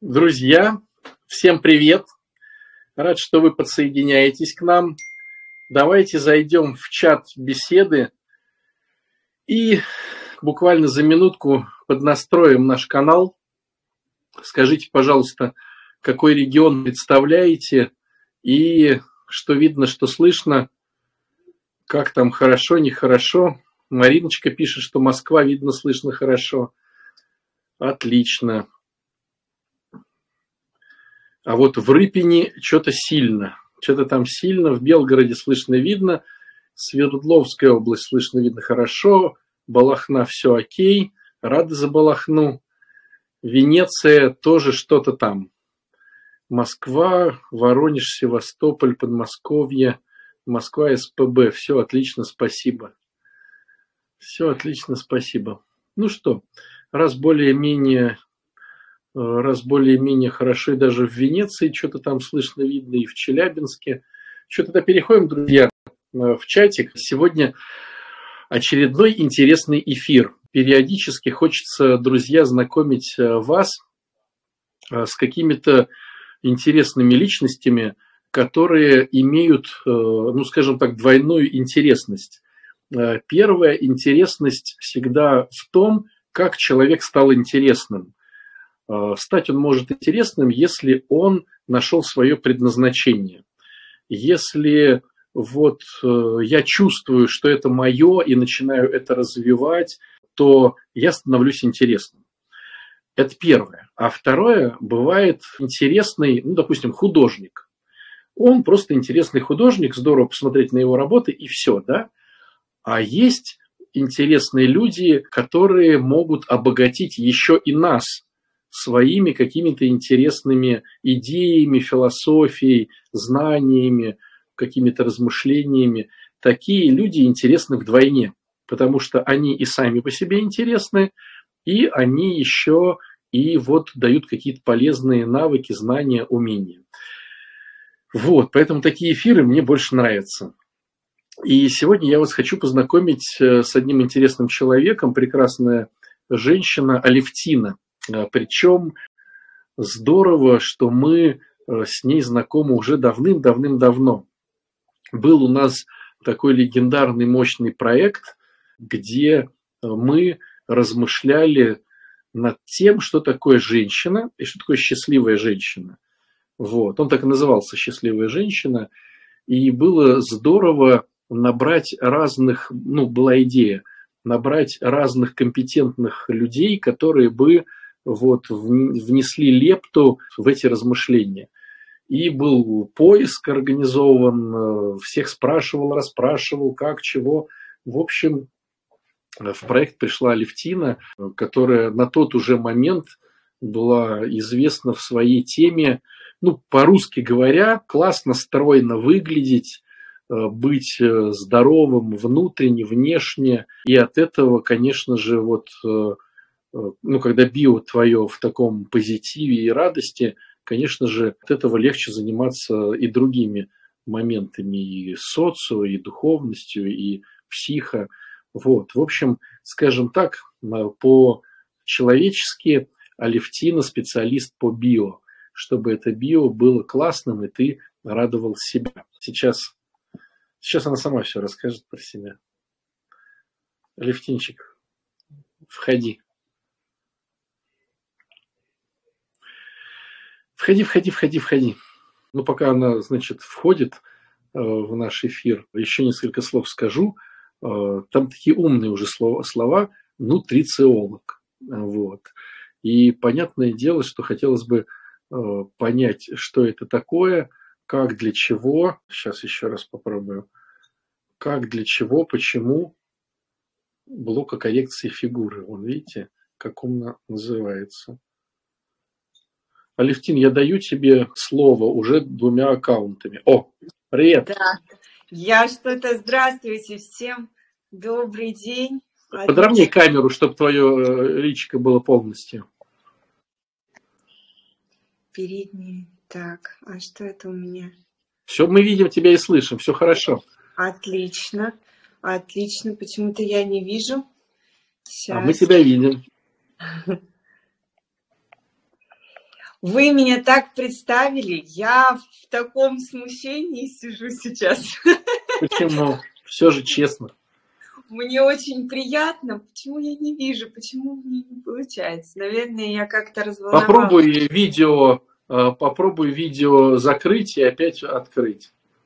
Друзья, всем привет! Рад, что вы подсоединяетесь к нам. Давайте зайдем в чат беседы и буквально за минутку поднастроим наш канал. Скажите, пожалуйста, какой регион представляете и что видно, что слышно, как там хорошо, нехорошо. Мариночка пишет, что Москва видно, слышно хорошо. Отлично. А вот в Рыпине что-то сильно. Что-то там сильно. В Белгороде слышно, видно. Свердловская область слышно, видно хорошо. Балахна все окей. Рады за Балахну. Венеция тоже что-то там. Москва, Воронеж, Севастополь, Подмосковье. Москва, СПБ. Все отлично, спасибо. Все отлично, спасибо. Ну что, раз более-менее хорошо, и даже в Венеции что-то там слышно, видно, и в Челябинске. Что тогда переходим, друзья, в чатик. Сегодня очередной интересный эфир. Периодически хочется, друзья, знакомить вас с какими-то интересными личностями, которые имеют, ну, скажем так, двойную интересность. Первая интересность всегда в том, как человек стал интересным. Стать он может интересным, если он нашел свое предназначение. Если вот я чувствую, что это мое, и начинаю это развивать, то я становлюсь интересным. Это первое. А второе, бывает интересный, ну, допустим, художник. Он просто интересный художник, здорово посмотреть на его работы, и все, да? А есть интересные люди, которые могут обогатить еще и нас своими какими-то интересными идеями, философией, знаниями, какими-то размышлениями. Такие люди интересны вдвойне, потому что они и сами по себе интересны, и они еще и вот дают какие-то полезные навыки, знания, умения. Вот, поэтому такие эфиры мне больше нравятся. И сегодня я вас хочу познакомить с одним интересным человеком, прекрасная женщина Алевтина. Причем здорово, что мы с ней знакомы уже давным-давным-давно. Был у нас такой легендарный мощный проект, где мы размышляли над тем, что такое женщина и что такое счастливая женщина. Вот. Он так и назывался «Счастливая женщина». И было здорово набрать разных, ну, была идея, набрать разных компетентных людей, которые бы вот внесли лепту в эти размышления. И был поиск организован, всех спрашивал, расспрашивал, как, чего. В общем, в проект пришла Алевтина, которая на тот уже момент была известна в своей теме, ну, по-русски говоря, классно, стройно выглядеть, быть здоровым внутренне, внешне. И от этого, конечно же, вот, ну, когда био твое в таком позитиве и радости, конечно же, от этого легче заниматься и другими моментами, и социо, и духовностью, и психо. Вот, в общем, скажем так, по-человечески Алевтина специалист по био, чтобы это био было классным, и ты радовал себя. Сейчас она сама все расскажет про себя. Алевтинчик, входи. Входи. Ну, пока она, значит, входит в наш эфир, еще несколько слов скажу. Там такие умные уже слова нутрициолог. Вот. И понятное дело, что хотелось бы понять, что это такое, как, для чего. Сейчас еще раз попробую. Как, для чего, почему. Блок о коррекции фигуры. Вон, видите, как умно называется. Алевтин, я даю тебе слово уже 2 аккаунтами. О, привет! Да, я что-то... Здравствуйте всем, добрый день. Подровняй камеру, чтобы твое личико было полностью. Передние. Так, а что это у меня? Все, мы видим тебя и слышим, все хорошо. Отлично, отлично. Почему-то я не вижу. Сейчас. А мы тебя видим. Вы меня так представили, я в таком смущении сижу сейчас. Почему? Все же честно. Мне очень приятно. Почему я не вижу? Почему мне не получается? Наверное, я как-то разволновалась. Попробуй видео закрыть и опять открыть.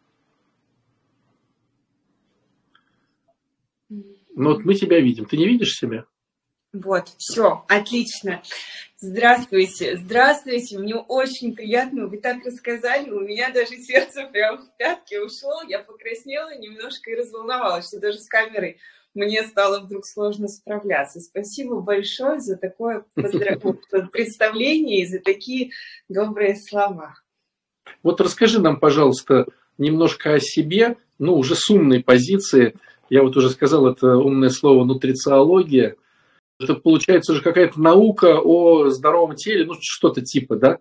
Ну вот мы тебя видим. Ты не видишь себя? Вот, все, отлично. Здравствуйте, здравствуйте, мне очень приятно, вы так рассказали, у меня даже сердце прям в пятки ушло, я покраснела немножко и разволновалась, что даже с камерой мне стало вдруг сложно справляться. Спасибо большое за такое представление и за такие добрые слова. Вот расскажи нам, пожалуйста, немножко о себе, ну, уже с умной позиции. Я вот уже сказал это умное слово нутрициология. Это получается уже какая-то наука о здоровом теле, ну, что-то типа, да?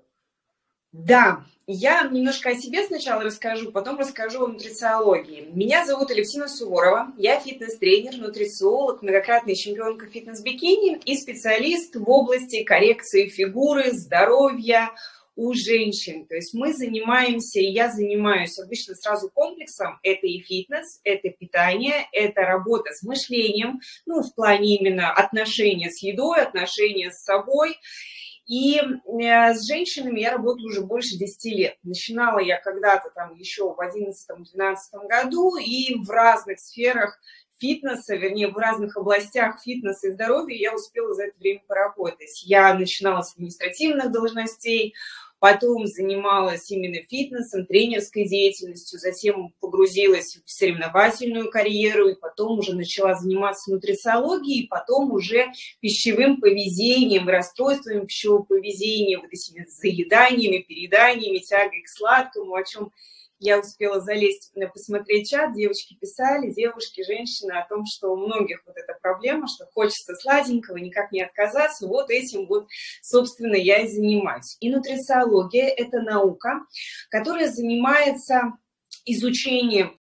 Да, я немножко о себе сначала расскажу, потом расскажу о нутрициологии. Меня зовут Алевтина Суворова, я фитнес-тренер, нутрициолог, многократная чемпионка фитнес-бикини и специалист в области коррекции фигуры, здоровья у женщин. То есть мы занимаемся, и я занимаюсь обычно сразу комплексом. Это и фитнес, это питание, это работа с мышлением, ну, в плане именно отношения с едой, отношения с собой. И с женщинами я работаю уже больше 10 лет. Начинала я когда-то там еще в 2011-2012 году и в разных сферах фитнеса, вернее, в разных областях фитнеса и здоровья я успела за это время поработать. Я начинала с административных должностей, потом занималась именно фитнесом, тренерской деятельностью, затем погрузилась в соревновательную карьеру, и потом уже начала заниматься нутрициологией, и потом уже пищевым поведением, расстройствами пищевого поведения, вот этими заеданиями, перееданиями, тягой к сладкому, о чем я успела залезть, посмотреть чат, девочки писали, девушки, женщины, о том, что у многих вот эта проблема, что хочется сладенького, никак не отказаться, вот этим вот, собственно, я и занимаюсь. И нутрициология – это наука, которая занимается изучением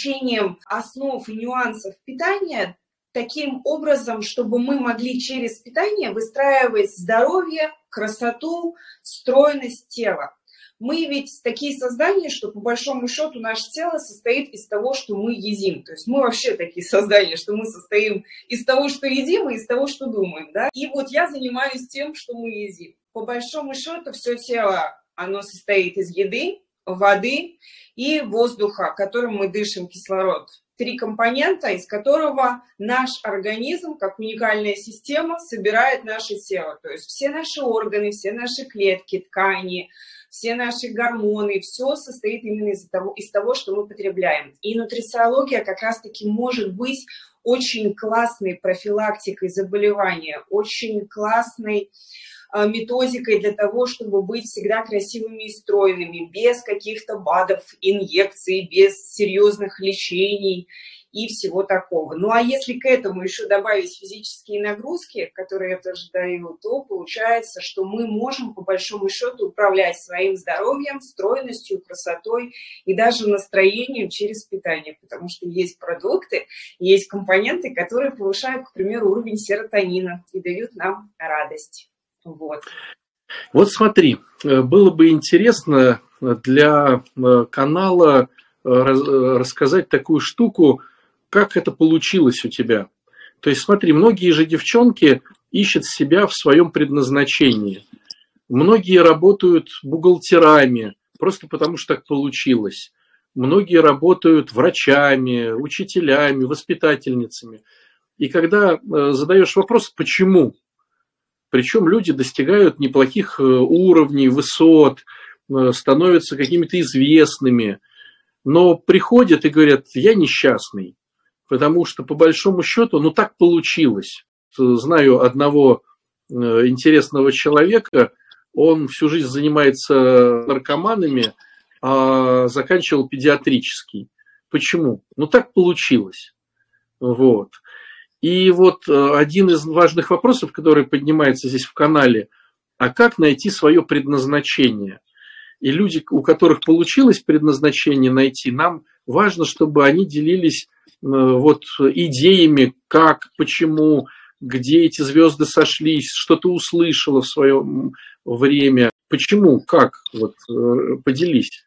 основ и нюансов питания таким образом, чтобы мы могли через питание выстраивать здоровье, красоту, стройность тела. Мы ведь такие создания, что по большому счету наше тело состоит из того, что мы едим. То есть мы вообще такие создания, что мы состоим из того, что едим, и из того, что думаем. Да? И вот я занимаюсь тем, что мы едим. По большому счету все тело, оно состоит из еды, воды и воздуха, которым мы дышим, кислород. 3 компонента, из которого наш организм, как уникальная система, собирает наше тело. То есть все наши органы, все наши клетки, ткани, все наши гормоны, все состоит именно из того, что мы потребляем. И нутрициология как раз-таки может быть очень классной профилактикой заболевания, очень классной методикой для того, чтобы быть всегда красивыми и стройными, без каких-то БАДов, инъекций, без серьезных лечений и всего такого. Ну а если к этому еще добавить физические нагрузки, которые я тоже даю, то получается, что мы можем по большому счету управлять своим здоровьем, стройностью, красотой и даже настроением через питание, потому что есть продукты, есть компоненты, которые повышают, к примеру, уровень серотонина и дают нам радость. Вот смотри, было бы интересно для канала рассказать такую штуку, как это получилось у тебя. То есть смотри, многие же девчонки ищут себя в своем предназначении. Многие работают бухгалтерами, просто потому что так получилось. Многие работают врачами, учителями, воспитательницами. И когда задаешь вопрос, почему? Причем люди достигают неплохих уровней, высот, становятся какими-то известными, но приходят и говорят, я несчастный, потому что по большому счету, ну так получилось. Знаю одного интересного человека, он всю жизнь занимается наркоманами, а заканчивал педиатрический. Почему? Ну так получилось. Вот. И вот один из важных вопросов, который поднимается здесь в канале, а как найти свое предназначение? И люди, у которых получилось предназначение найти, нам важно, чтобы они делились вот идеями, как, почему, где эти звезды сошлись, что ты услышала в свое время. Почему? Как? Вот поделись.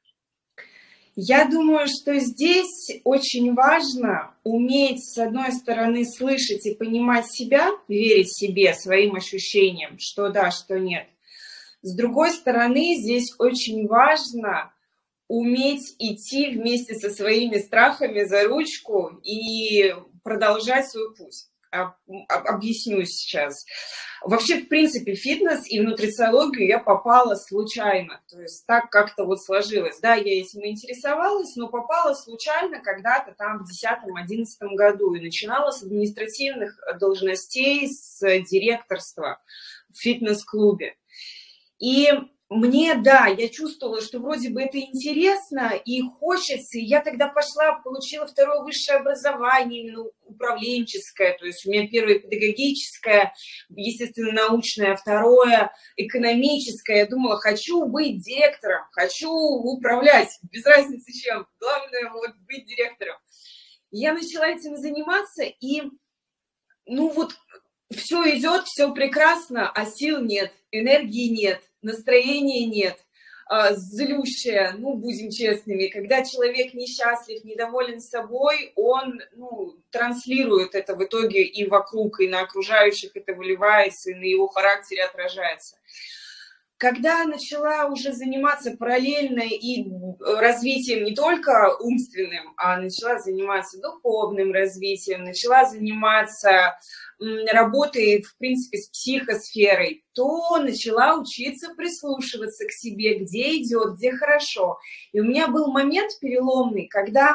Я думаю, что здесь очень важно уметь, с одной стороны, слышать и понимать себя, верить себе, своим ощущениям, что да, что нет. С другой стороны, здесь очень важно уметь идти вместе со своими страхами за ручку и продолжать свой путь. Объясню сейчас. Вообще, в принципе, фитнес и в нутрициологию я попала случайно. То есть так как-то вот сложилось. Да, я этим интересовалась, но попала случайно когда-то там в 2010-2011 году. И начинала с административных должностей, с директорства в фитнес-клубе. И мне, да, я чувствовала, что вроде бы это интересно и хочется. И я тогда пошла, получила второе высшее образование, именно управленческое. То есть у меня первое педагогическое, естественно, научное, второе экономическое. Я думала, хочу быть директором, хочу управлять, без разницы чем. Главное вот быть директором. Я начала этим заниматься, и ну вот все идет, все прекрасно, а сил нет, энергии нет, настроения нет, злющая, ну, будем честными, когда человек несчастлив, недоволен собой, он, ну, транслирует это в итоге и вокруг, и на окружающих это выливается, и на его характере отражается. Когда начала уже заниматься параллельно и развитием не только умственным, а начала заниматься духовным развитием, начала заниматься работой, в принципе, с психосферой, то начала учиться прислушиваться к себе, где идет, где хорошо. И у меня был момент переломный, когда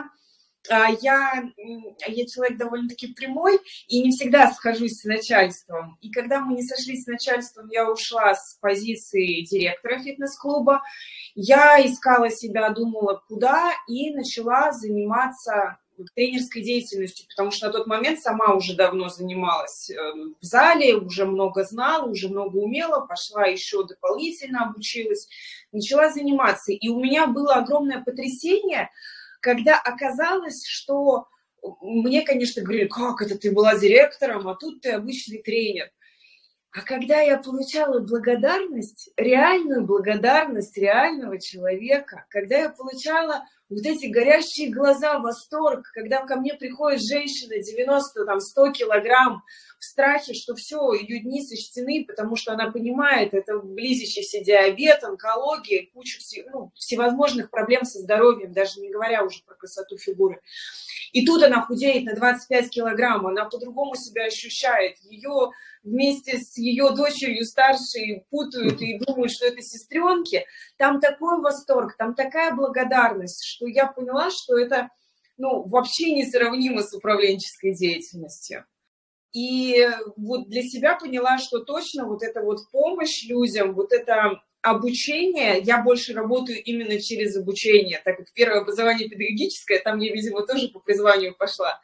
я человек довольно-таки прямой и не всегда схожусь с начальством. И когда мы не сошлись с начальством, я ушла с позиции директора фитнес-клуба. Я искала себя, думала, куда, и начала заниматься тренерской деятельностью, потому что на тот момент сама уже давно занималась в зале, уже много знала, уже много умела, пошла еще дополнительно обучилась, начала заниматься. И у меня было огромное потрясение, когда оказалось, что мне, конечно, говорили, как это ты была директором, а тут ты обычный тренер. А когда я получала благодарность, реальную благодарность реального человека, когда я получала вот эти горящие глаза, восторг, когда ко мне приходит женщина 90-100 килограмм в страхе, что все, ее дни сочтены, потому что она понимает, это близящийся диабет, онкология, куча всевозможных проблем со здоровьем, даже не говоря уже про красоту фигуры. И тут она худеет на 25 килограмм, она по-другому себя ощущает. Ее вместе с ее дочерью старшей путают и думают, что это сестренки. Там такой восторг, там такая благодарность, что я поняла, что это вообще несравнимо с управленческой деятельностью. И вот для себя поняла, что точно вот эта вот помощь людям, вот это обучение, я больше работаю именно через обучение, так как первое образование педагогическое, там я, видимо, тоже по призванию пошла.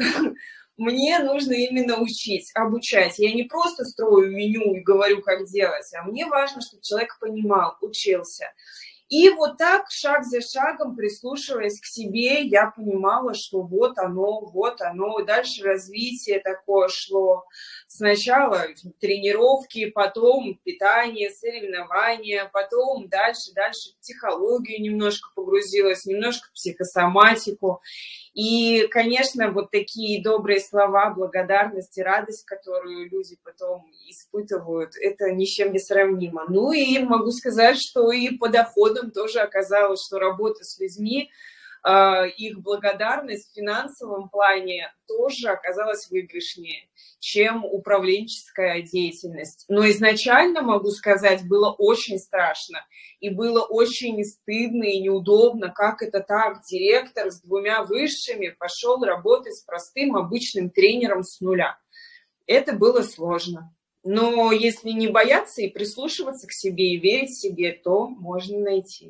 Мне нужно именно учить, обучать. Я не просто строю меню и говорю, как делать, а мне важно, чтобы человек понимал, учился. И вот так, шаг за шагом, прислушиваясь к себе, я понимала, что вот оно. И дальше развитие такое шло. Сначала тренировки, потом питание, соревнования, потом дальше в психологию немножко погрузилась, немножко в психосоматику. И, конечно, вот такие добрые слова, благодарность и радость, которую люди потом испытывают, это ни с чем не сравнимо. Ну и могу сказать, что и по доходам тоже оказалось, что работа с людьми, их благодарность в финансовом плане тоже оказалась выигрышнее, чем управленческая деятельность. Но изначально, могу сказать, было очень страшно. И было очень стыдно и неудобно, как это так, директор с 2 высшими пошел работать с простым обычным тренером с нуля. Это было сложно. Но если не бояться и прислушиваться к себе, и верить себе, то можно найти.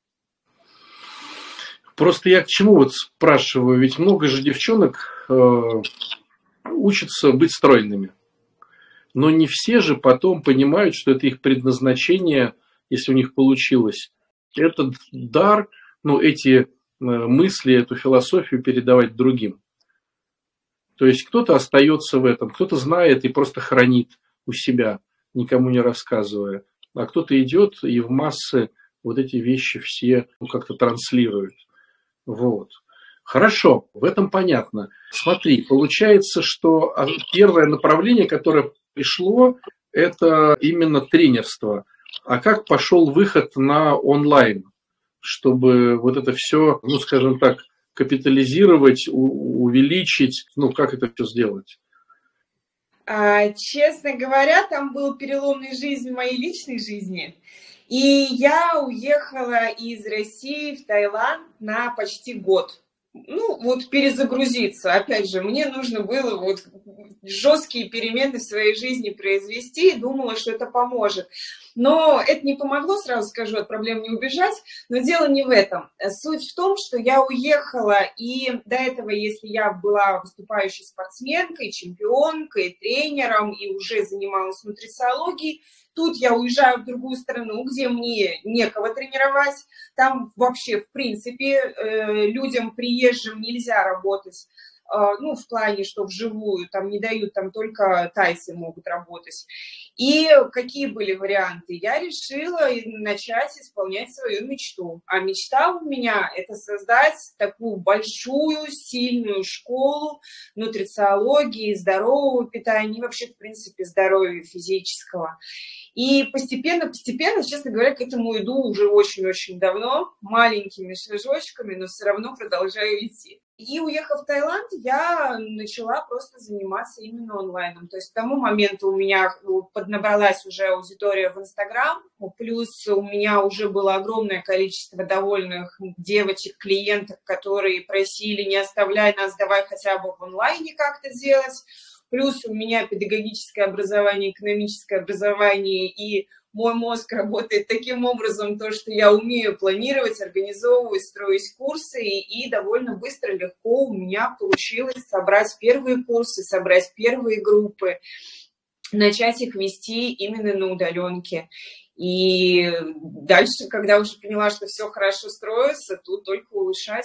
Просто я к чему вот спрашиваю, ведь много же девчонок учатся быть стройными. Но не все же потом понимают, что это их предназначение, если у них получилось. Этот дар, эти мысли, эту философию передавать другим. То есть кто-то остается в этом, кто-то знает и просто хранит у себя, никому не рассказывая. а кто-то идет и в массы вот эти вещи все как-то транслирует. Вот. Хорошо, в этом понятно. Смотри, получается, что первое направление, которое пришло, это именно тренерство. А как пошел выход на онлайн, чтобы вот это все, ну, скажем так, капитализировать, увеличить, ну, как это все сделать? Честно говоря, там был переломный жизнь в моей личной жизни. И я уехала из России в Таиланд на почти год. Ну, вот перезагрузиться. Опять же, мне нужно было вот жесткие перемены в своей жизни произвести, и думала, что это поможет. Но это не помогло, сразу скажу, от проблем не убежать. Но дело не в этом. Суть в том, что я уехала, и до этого, если я была выступающей спортсменкой, чемпионкой, тренером и уже занималась нутрициологией, тут я уезжаю в другую страну, где мне некого тренировать. Там вообще, в принципе, людям приезжим нельзя работать. Ну, в плане, что вживую, там не дают, там только тайцы могут работать. И какие были варианты? Я решила начать исполнять свою мечту. А мечта у меня – это создать такую большую, сильную школу нутрициологии, здорового питания и вообще, в принципе, здоровья физического. И постепенно, честно говоря, к этому иду уже очень-очень давно, маленькими шажочками, но все равно продолжаю идти. И уехав в Таиланд, я начала просто заниматься именно онлайном. То есть к тому моменту у меня поднабралась уже аудитория в Инстаграм, плюс у меня уже было огромное количество довольных девочек, клиентов, которые просили: не оставляй нас, давай хотя бы в онлайне как-то делать. Плюс у меня педагогическое образование, экономическое образование, и мой мозг работает таким образом, то, что я умею планировать, организовывать, строить курсы, и довольно быстро, легко у меня получилось собрать первые курсы, собрать первые группы, начать их вести именно на удаленке. И дальше, когда уже поняла, что все хорошо строится, тут только улучшать.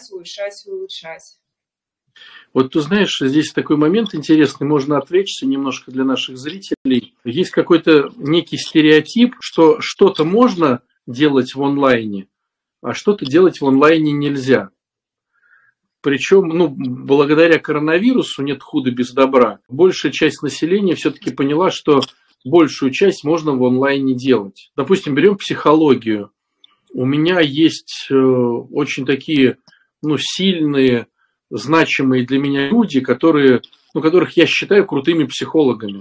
Вот ты знаешь, здесь такой момент интересный, можно отвлечься немножко для наших зрителей. Есть какой-то некий стереотип, что что-то можно делать в онлайне, а что-то делать в онлайне нельзя. Причем, ну, благодаря коронавирусу нет худа без добра. Большая часть населения все-таки поняла, что большую часть можно в онлайне делать. Допустим, берем психологию. У меня есть очень такие, ну, сильные, значимые для меня люди, которых я считаю крутыми психологами.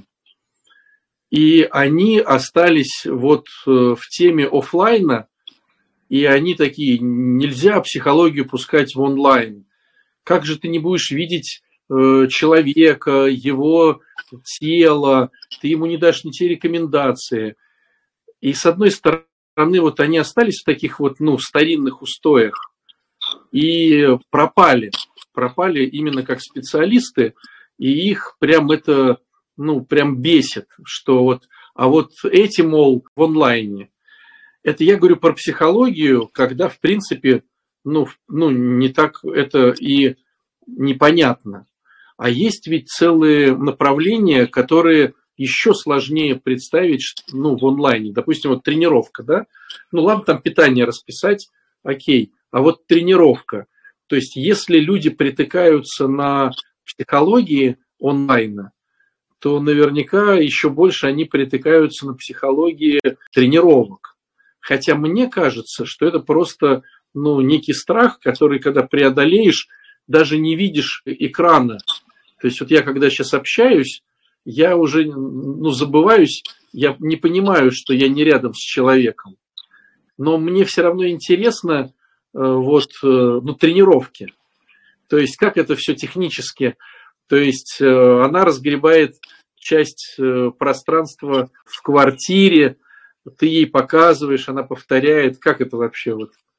И они остались вот в теме офлайна, и они такие: нельзя психологию пускать в онлайн. Как же ты не будешь видеть человека, его тело, ты ему не дашь ни те рекомендации. И с одной стороны, вот они остались в таких вот, ну, старинных устоях и пропали именно как специалисты, и их прям это, ну, прям бесит, что вот, а вот эти, мол, в онлайне. Это я говорю про психологию, когда, в принципе, ну, не так это и непонятно. А есть ведь целые направления, которые еще сложнее представить, ну, в онлайне. Допустим, вот тренировка, да? Ну, ладно, там питание расписать, окей. А вот тренировка. То есть, если люди притыкаются на психологии онлайна, то наверняка еще больше они притыкаются на психологии тренировок. Хотя мне кажется, что это просто, ну, некий страх, который, когда преодолеешь, даже не видишь экрана. То есть, вот я когда сейчас общаюсь, я уже, ну, забываюсь, я не понимаю, что я не рядом с человеком. Но мне все равно интересно вот, ну, тренировки. То есть, как это все технически. То есть, она разгребает часть пространства в квартире, ты ей показываешь, она повторяет. Как это вообще вот?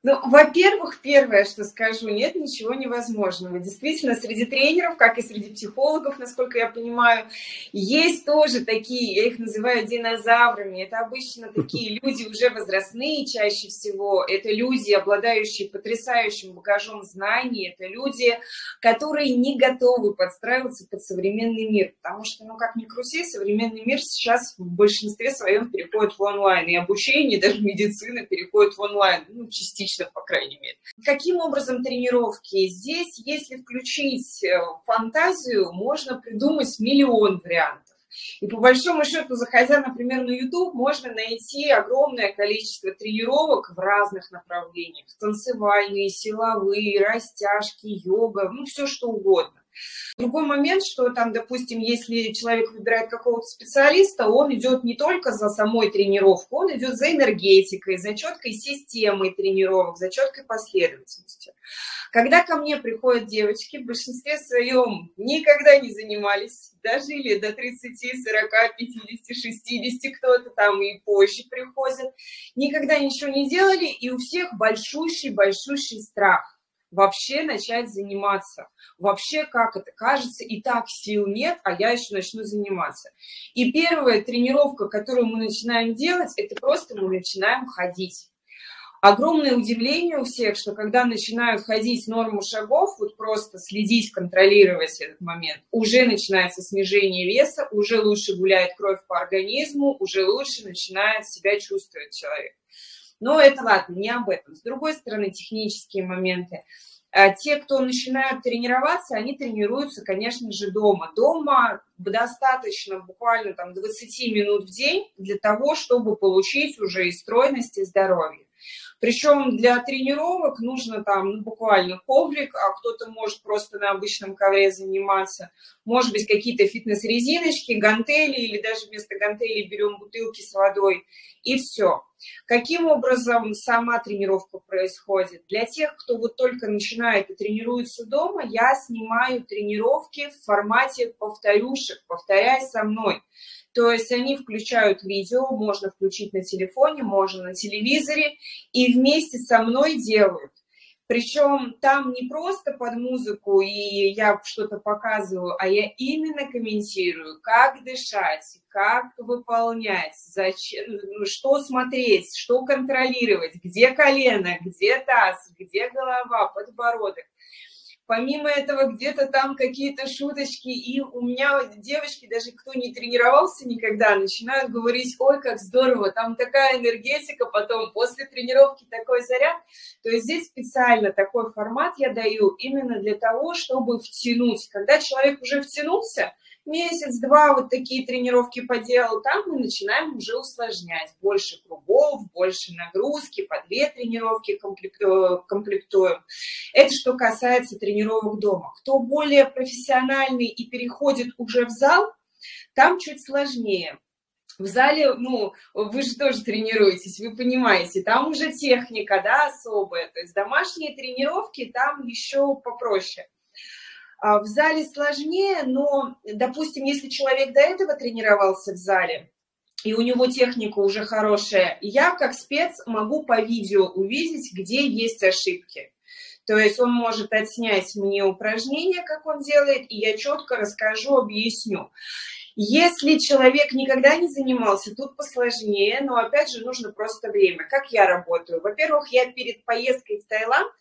Ну, во-первых, первое, что скажу, нет ничего невозможного. Действительно, среди тренеров, как и среди психологов, насколько я понимаю, есть тоже такие, я их называю динозаврами. Это обычно такие люди уже возрастные чаще всего. Это люди, обладающие потрясающим багажом знаний. Это люди, которые не готовы подстраиваться под современный мир. Потому что, ну, как ни крути, современный мир сейчас в большинстве своем переходит в онлайн. И обучение, даже медицина переходит в онлайн. Ну, частично, по крайней мере. Каким образом тренировки? Здесь, если включить фантазию, можно придумать миллион вариантов. И по большому счету, заходя, например, на YouTube, можно найти огромное количество тренировок в разных направлениях. Танцевальные, силовые, растяжки, йога, ну все что угодно. Другой момент, что там, допустим, если человек выбирает какого-то специалиста, он идет не только за самой тренировкой, он идет за энергетикой, за четкой системой тренировок, за четкой последовательностью. Когда ко мне приходят девочки, в большинстве своем никогда не занимались, дожили до 30, 40, 50, 60, кто-то там и позже приходит, никогда ничего не делали, и у всех большущий страх вообще начать заниматься. Вообще, как это кажется, и так сил нет, а я еще начну заниматься. И первая тренировка, которую мы начинаем делать, это просто мы начинаем ходить. Огромное удивление у всех, что когда начинают ходить норму шагов, вот просто следить, контролировать этот момент, уже начинается снижение веса, уже лучше гуляет кровь по организму, уже лучше начинает себя чувствовать человек. Но это ладно, не об этом. С другой стороны, технические моменты. Те, кто начинают тренироваться, они тренируются, конечно же, дома. Дома достаточно буквально там 20 минут в день для того, чтобы получить уже и стройность, и здоровье. Причем для тренировок нужно там буквально коврик, а кто-то может просто на обычном ковре заниматься. Может быть, какие-то фитнес-резиночки, гантели, или даже вместо гантелей берем бутылки с водой, и все. Каким образом сама тренировка происходит? Для тех, кто вот только начинает и тренируется дома, я снимаю тренировки в формате повторюшек, повторяй со мной. То есть они включают видео, можно включить на телефоне, можно на телевизоре, и вместе со мной делают. Причем там не просто под музыку, и я что-то показываю, а я именно комментирую, как дышать, как выполнять, зачем, что смотреть, что контролировать, где колено, где таз, где голова, подбородок. Помимо этого, где-то там какие-то шуточки, и у меня девочки, даже кто не тренировался никогда, начинают говорить: ой, как здорово, там такая энергетика, потом после тренировки такой заряд. То есть здесь специально такой формат я даю именно для того, чтобы втянуть. Когда человек уже втянулся, месяц-два вот такие тренировки поделал, там мы начинаем уже усложнять. Больше кругов, больше нагрузки, по 2 тренировки комплектуем. Это что касается тренировок дома. Кто более профессиональный и переходит уже в зал, там чуть сложнее. В зале, ну, вы же тоже тренируетесь, вы понимаете, там уже техника, да, особая. То есть домашние тренировки там еще попроще. В зале сложнее, но, допустим, если человек до этого тренировался в зале, и у него техника уже хорошая, я как спец могу по видео увидеть, где есть ошибки. То есть он может отснять мне упражнения, как он делает, и я четко расскажу, объясню. Если человек никогда не занимался, тут посложнее, но опять же нужно просто время. Как я работаю? Во-первых, я перед поездкой в Таиланд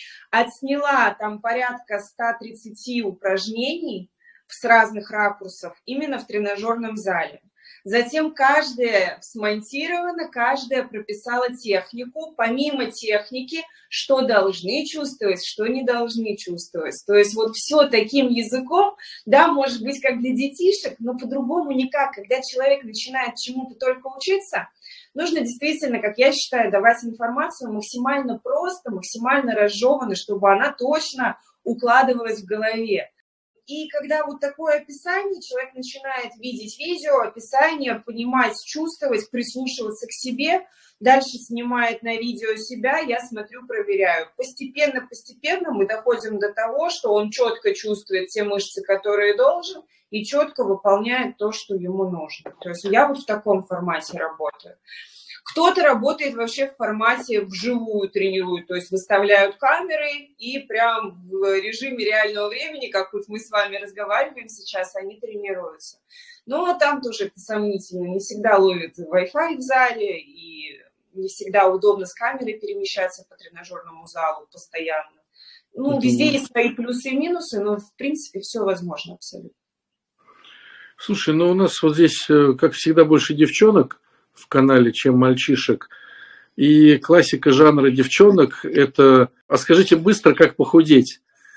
отсняла там порядка 130 упражнений с разных ракурсов именно в тренажерном зале. Затем каждая смонтирована, каждая прописала технику. Помимо техники, что должны чувствовать, что не должны чувствовать. То есть вот все таким языком, да, может быть, как для детишек, но по-другому никак. Когда человек начинает чему-то только учиться, нужно действительно, как я считаю, давать информацию максимально просто, максимально разжеванно, чтобы она точно укладывалась в голове. И когда вот такое описание, человек начинает видеть видео, описание, понимать, чувствовать, прислушиваться к себе, дальше снимает на видео себя, я смотрю, проверяю. Постепенно мы доходим до того, что он четко чувствует те мышцы, которые должен, и четко выполняет то, что ему нужно. То есть я вот в таком формате работаю. Кто-то работает вообще в формате вживую тренирует, то есть выставляют камеры и прям в режиме реального времени, как вот мы с вами разговариваем сейчас, они тренируются. Но там тоже это сомнительно, не всегда ловит Wi-Fi в зале, и не всегда удобно с камерой перемещаться по тренажерному залу постоянно. Ну, везде есть свои плюсы и минусы, но в принципе все возможно абсолютно. Слушай, ну у нас вот здесь, как всегда, больше девчонок в канале, чем мальчишек. И классика жанра девчонок – это «А скажите быстро, как похудеть?».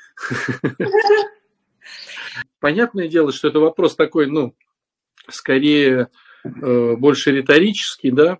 Понятное дело, что это вопрос такой, ну, скорее больше риторический, да,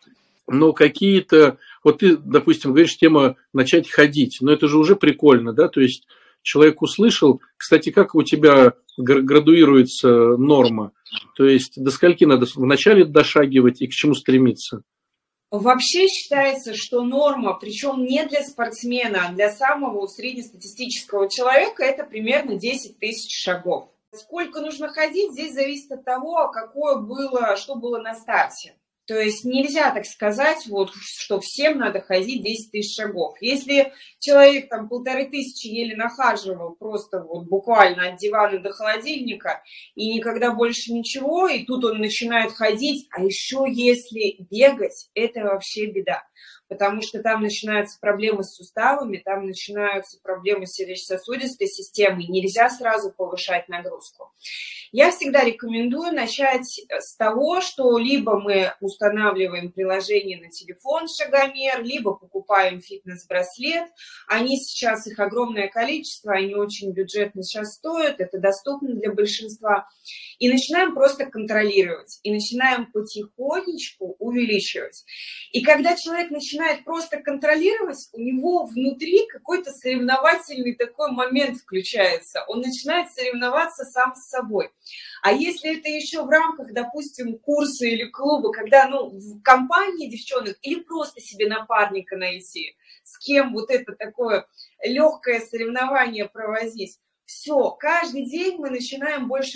но какие-то… Вот ты, допустим, говоришь, тема «начать ходить», но это же уже прикольно, да, то есть человек услышал. Кстати, как у тебя градуируется норма? То есть до скольки надо вначале дошагивать и к чему стремиться? Вообще считается, что норма, причем не для спортсмена, а для самого среднестатистического человека, это примерно 10 тысяч шагов. Сколько нужно ходить, здесь зависит от того, какое было, что было на старте. То есть нельзя так сказать, вот, что всем надо ходить 10 тысяч шагов. Если человек там 1500 еле нахаживал, просто вот буквально от дивана до холодильника, и никогда больше ничего, и тут он начинает ходить, а еще если бегать, это вообще беда. Потому что там начинаются проблемы с суставами, там начинаются проблемы с сердечно-сосудистой системой, нельзя сразу повышать нагрузку. Я всегда рекомендую начать с того, что либо мы устанавливаем приложение на телефон шагомер, либо покупаем фитнес-браслет. Они сейчас, их огромное количество, они очень бюджетно сейчас стоят, это доступно для большинства. И начинаем просто контролировать, и начинаем потихонечку увеличивать. И когда человек начинает просто контролировать, у него внутри какой-то соревновательный такой момент включается. Он начинает соревноваться сам с собой. А если это еще в рамках, допустим, курса или клуба, когда, ну, в компании девчонок или просто себе напарника найти, с кем вот это такое легкое соревнование провозить, все, каждый день мы начинаем больше.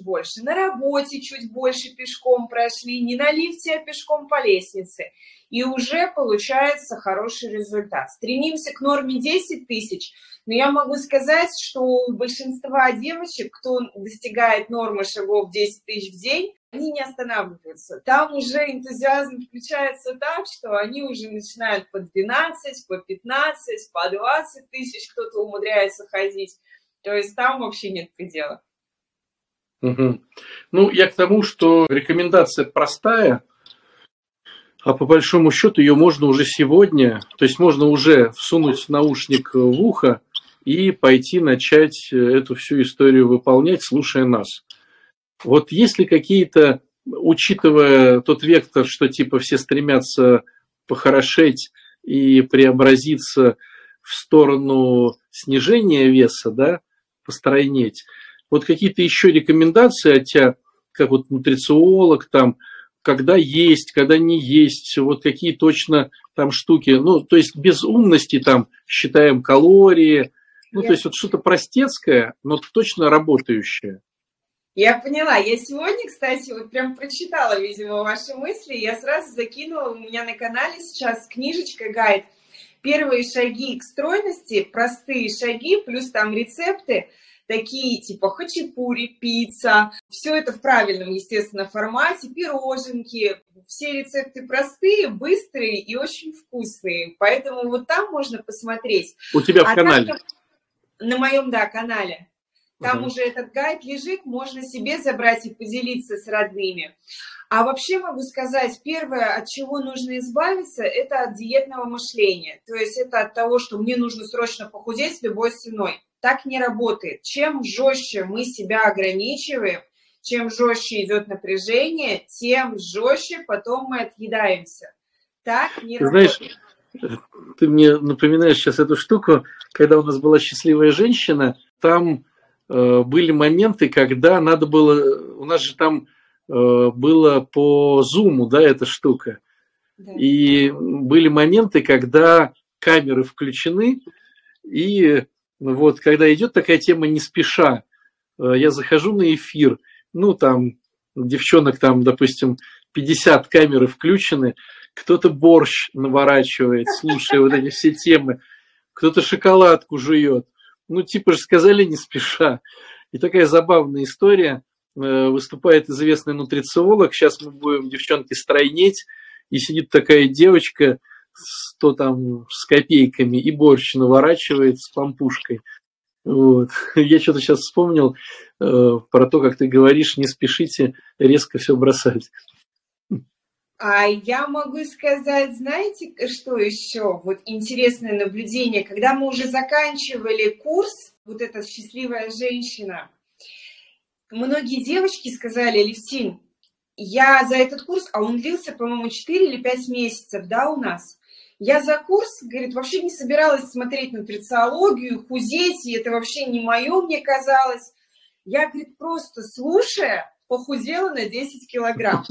На работе чуть больше пешком прошли, не на лифте, а пешком по лестнице. И уже получается хороший результат. Стремимся к норме 10 тысяч, но я могу сказать, что у большинства девочек, кто достигает нормы шагов 10 тысяч в день, они не останавливаются. Там уже энтузиазм включается так, что они уже начинают по 12, по 15, по 20 тысяч, кто-то умудряется ходить. То есть там вообще нет предела. Угу. Ну, я к тому, что рекомендация простая, а по большому счету ее можно уже сегодня, то есть можно уже всунуть наушник в ухо и пойти начать эту всю историю выполнять, слушая нас. Вот есть ли какие-то, учитывая тот вектор, что типа все стремятся похорошеть и преобразиться в сторону снижения веса, да, постройнеть, вот какие-то еще рекомендации от тебя, как вот нутрициолог, там, когда есть, когда не есть, вот какие точно там штуки, ну, то есть без умности там считаем калории, ну, то есть вот что-то простецкое, но точно работающее. Я поняла. Я сегодня, кстати, вот прям прочитала, видимо, ваши мысли, я сразу закинула, у меня на канале сейчас книжечка, гайд «Первые шаги к стройности», простые шаги, плюс там рецепты, такие типа хачапури, пицца, все это в правильном, естественно, формате, пироженки, все рецепты простые, быстрые и очень вкусные, поэтому вот там можно посмотреть. У тебя в канале? На моем, да, канале. Там уже этот гайд лежит, можно себе забрать и поделиться с родными. А вообще могу сказать, первое, от чего нужно избавиться, это от диетного мышления. То есть это от того, что мне нужно срочно похудеть любой ценой. Так не работает. Чем жестче мы себя ограничиваем, чем жестче идет напряжение, тем жестче потом мы отъедаемся. Так не работает. Знаешь, ты мне напоминаешь сейчас эту штуку, когда у нас была счастливая женщина, там были моменты, когда надо было, у нас же там было по зуму, да, эта штука, да. И были моменты, когда камеры включены, и вот когда идет такая тема не спеша, я захожу на эфир, ну там девчонок там, допустим, 50 камеры включены, кто-то борщ наворачивает, слушая вот эти все темы, кто-то шоколадку жует. Ну, типа же сказали не спеша. И такая забавная история. Выступает известный нутрициолог. Сейчас мы будем, девчонки, стройнеть. И сидит такая девочка, 100 там с копейками, и борщ наворачивает с пампушкой. Вот. Я что-то сейчас вспомнил про то, как ты говоришь, не спешите резко все бросать. А я могу сказать, знаете, что еще? Вот интересное наблюдение. Когда мы уже заканчивали курс, вот эта счастливая женщина, многие девочки сказали: Алевтин, я за этот курс, а он длился, по-моему, 4 или 5 месяцев, да, у нас. Я за курс, говорит, вообще не собиралась смотреть нутрициологию, худеть, и это вообще не мое, мне казалось. Я, говорит, просто слушая, похудела на 10 килограмм.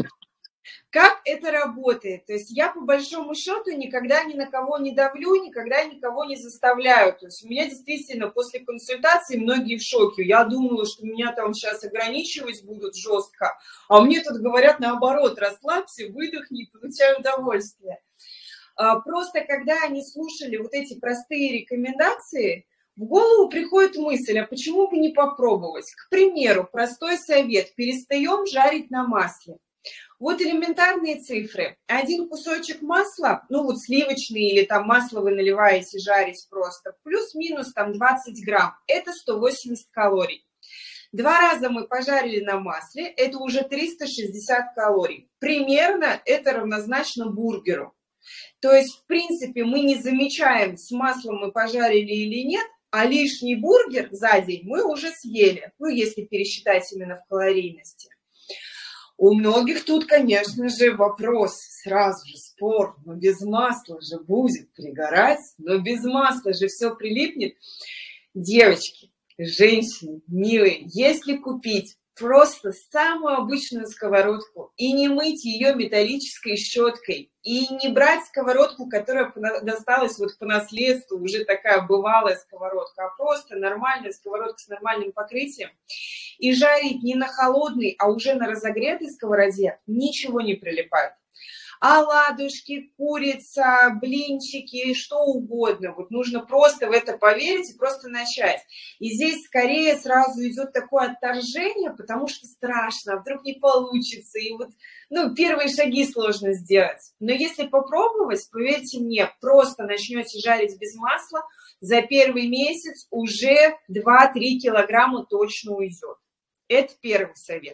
Как это работает? То есть я по большому счету никогда ни на кого не давлю, никогда никого не заставляю. То есть у меня действительно после консультации многие в шоке. Я думала, что меня там сейчас ограничивать будут жестко, а мне тут говорят наоборот: расслабься, выдохни, получай удовольствие. Просто когда они слушали вот эти простые рекомендации, в голову приходит мысль: а почему бы не попробовать? К примеру, простой совет: перестаем жарить на масле. Вот элементарные цифры. Один кусочек масла, ну вот сливочный или там масло вы наливаете жарить просто, плюс-минус там 20 грамм, это 180 калорий. 2 раза мы пожарили на масле, это уже 360 калорий. Примерно это равнозначно бургеру. То есть, в принципе, мы не замечаем, с маслом мы пожарили или нет, а лишний бургер за день мы уже съели, ну, если пересчитать именно в калорийности. У многих тут, конечно же, вопрос, сразу же спор: но без масла же будет пригорать, но без масла же все прилипнет. Девочки, женщины, милые, если купить просто самую обычную сковородку и не мыть ее металлической щеткой, и не брать сковородку, которая досталась вот по наследству, уже такая бывалая сковородка, а просто нормальная сковородка с нормальным покрытием, и жарить не на холодной, а уже на разогретой сковороде, ничего не прилипает. Оладушки, курица, блинчики, что угодно. Вот нужно просто в это поверить и просто начать. И здесь скорее сразу идет такое отторжение, потому что страшно, вдруг не получится. И вот, ну, первые шаги сложно сделать. Но если попробовать, поверьте мне, просто начнете жарить без масла, за первый месяц уже 2-3 килограмма точно уйдет. Это первый совет.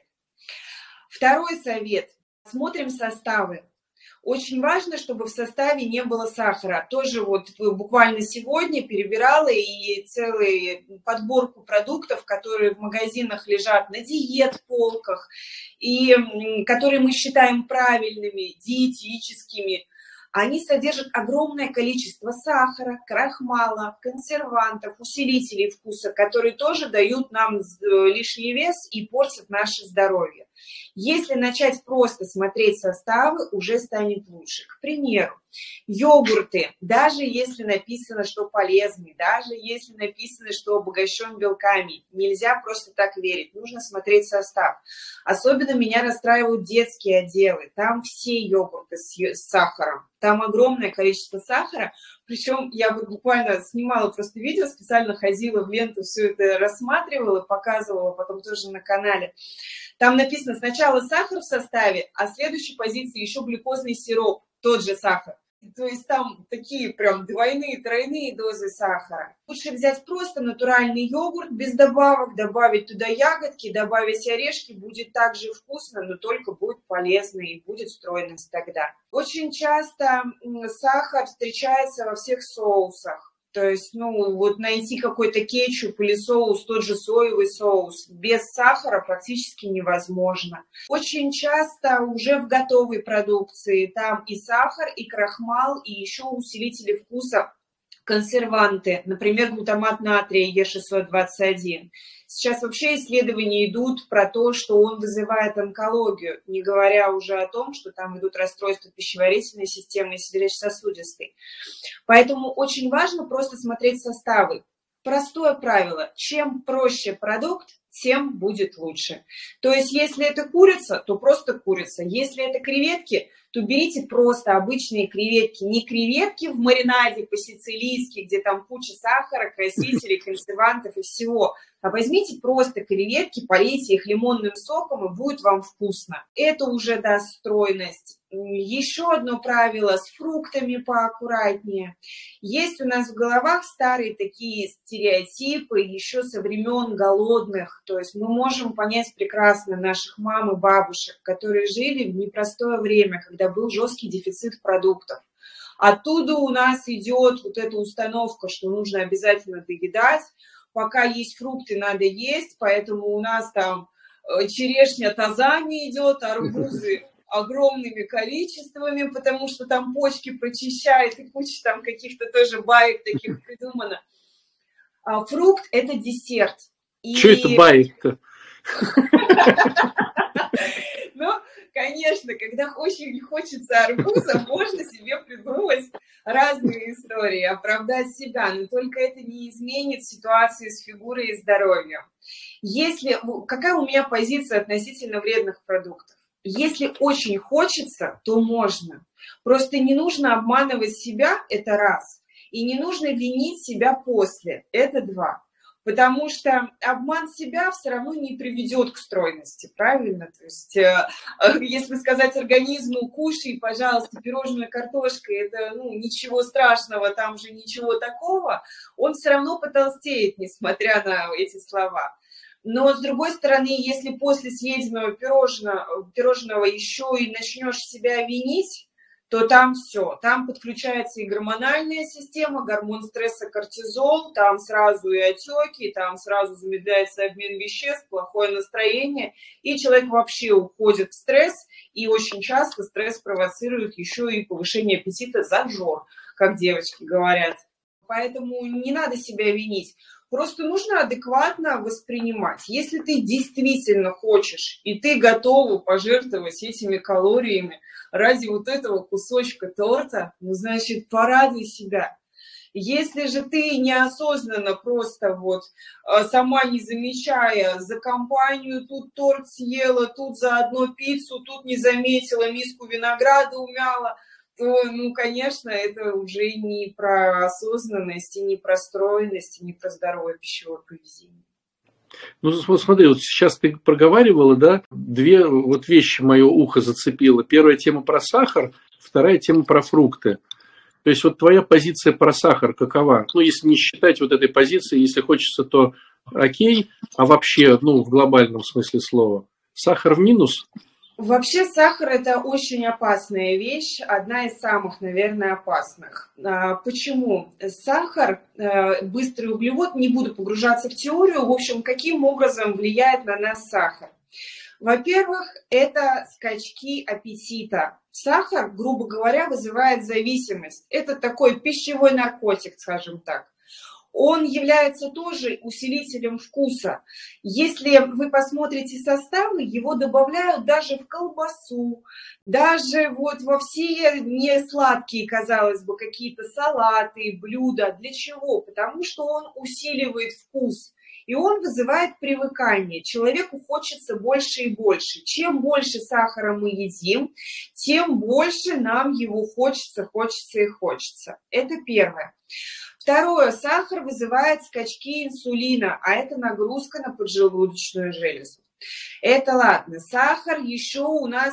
Второй совет. Смотрим составы. Очень важно, чтобы в составе не было сахара. Тоже вот буквально сегодня перебирала и целую подборку продуктов, которые в магазинах лежат на диет-полках, и которые мы считаем правильными, диетическими. Они содержат огромное количество сахара, крахмала, консервантов, усилителей вкуса, которые тоже дают нам лишний вес и портят наше здоровье. Если начать просто смотреть составы, уже станет лучше. К примеру, йогурты, даже если написано, что полезный, даже если написано, что обогащен белками, нельзя просто так верить, нужно смотреть состав. Особенно меня расстраивают детские отделы, там все йогурты с сахаром, там огромное количество сахара, причем я вот буквально снимала просто видео, специально ходила в ленту, все это рассматривала, показывала, потом тоже на канале. Там написано сначала сахар в составе, а в следующей позиции еще глюкозный сироп, тот же сахар. То есть там такие прям двойные, тройные дозы сахара. Лучше взять просто натуральный йогурт без добавок, добавить туда ягодки, добавить орешки, будет также вкусно, но только будет полезно и будет стройность тогда. Очень часто сахар встречается во всех соусах. То есть, ну, вот найти какой-то кетчуп или соус, тот же соевый соус, без сахара практически невозможно. Очень часто уже в готовой продукции там и сахар, и крахмал, и еще усилители вкуса, консерванты, например, глутамат натрия Е621. Сейчас вообще исследования идут про то, что он вызывает онкологию, не говоря уже о том, что там идут расстройства пищеварительной системы и сердечно-сосудистой. Поэтому очень важно просто смотреть составы. Простое правило: чем проще продукт, тем будет лучше. То есть, если это курица, то просто курица. Если это креветки, то берите просто обычные креветки. Не креветки в маринаде по-сицилийски, где там куча сахара, красителей, консервантов и всего. А возьмите просто креветки, полейте их лимонным соком, и будет вам вкусно. Это уже даст стройность. Еще одно правило: с фруктами поаккуратнее. Есть у нас в головах старые такие стереотипы еще со времен голодных. То есть мы можем понять прекрасно наших мам и бабушек, которые жили в непростое время, когда был жесткий дефицит продуктов. Оттуда у нас идет вот эта установка, что нужно обязательно доедать. Пока есть фрукты, надо есть, поэтому у нас там черешня тазами идет, арбузы огромными количествами, потому что там почки прочищает, и куча там каких-то тоже баек таких придумано. А фрукт – это десерт. Что это баек-то? Ну, конечно, когда очень хочется арбуза, можно себе придумать разные истории, оправдать себя, но только это не изменит ситуацию с фигурой и здоровьем. Какая у меня позиция относительно вредных продуктов? Если очень хочется, то можно. Просто не нужно обманывать себя, это раз. И не нужно винить себя после, это два. Потому что обман себя все равно не приведет к стройности, правильно? То есть, если сказать организму: кушай, пожалуйста, пирожное картошкой, это ничего страшного, там же ничего такого, он все равно потолстеет, несмотря на эти слова. Но, с другой стороны, если после съеденного пирожного еще и начнешь себя винить, то там все. Там подключается и гормональная система, гормон стресса кортизол, там сразу и отеки, там сразу замедляется обмен веществ, плохое настроение, и человек вообще уходит в стресс, и очень часто стресс провоцирует еще и повышение аппетита, зажор, как девочки говорят. Поэтому не надо себя винить. Просто нужно адекватно воспринимать. Если ты действительно хочешь, и ты готова пожертвовать этими калориями ради вот этого кусочка торта, значит, порадуй себя. Если же ты неосознанно просто сама не замечая, за компанию тут торт съела, тут заодно пиццу, тут не заметила, миску винограда умяла, то, конечно, это уже не про осознанность, и не про стройность, и не про здоровое пищевое поведение. Смотри, сейчас ты проговаривала, да, две вещи мое ухо зацепило. Первая тема про сахар, вторая тема про фрукты. То есть твоя позиция про сахар какова? Если не считать этой позиции, если хочется, то окей, а вообще, в глобальном смысле слова, сахар в минус? Вообще сахар – это очень опасная вещь, одна из самых, наверное, опасных. Почему? Сахар, быстрый углевод, не буду погружаться в теорию, в общем, каким образом влияет на нас сахар. Во-первых, это скачки аппетита. Сахар, грубо говоря, вызывает зависимость. Это такой пищевой наркотик, скажем так. Он является тоже усилителем вкуса. Если вы посмотрите составы, его добавляют даже в колбасу, даже во все несладкие, казалось бы, какие-то салаты, блюда. Для чего? Потому что он усиливает вкус. И он вызывает привыкание. Человеку хочется больше и больше. Чем больше сахара мы едим, тем больше нам его хочется. Это первое. Второе. Сахар вызывает скачки инсулина, а это нагрузка на поджелудочную железу. Это ладно. Сахар еще у нас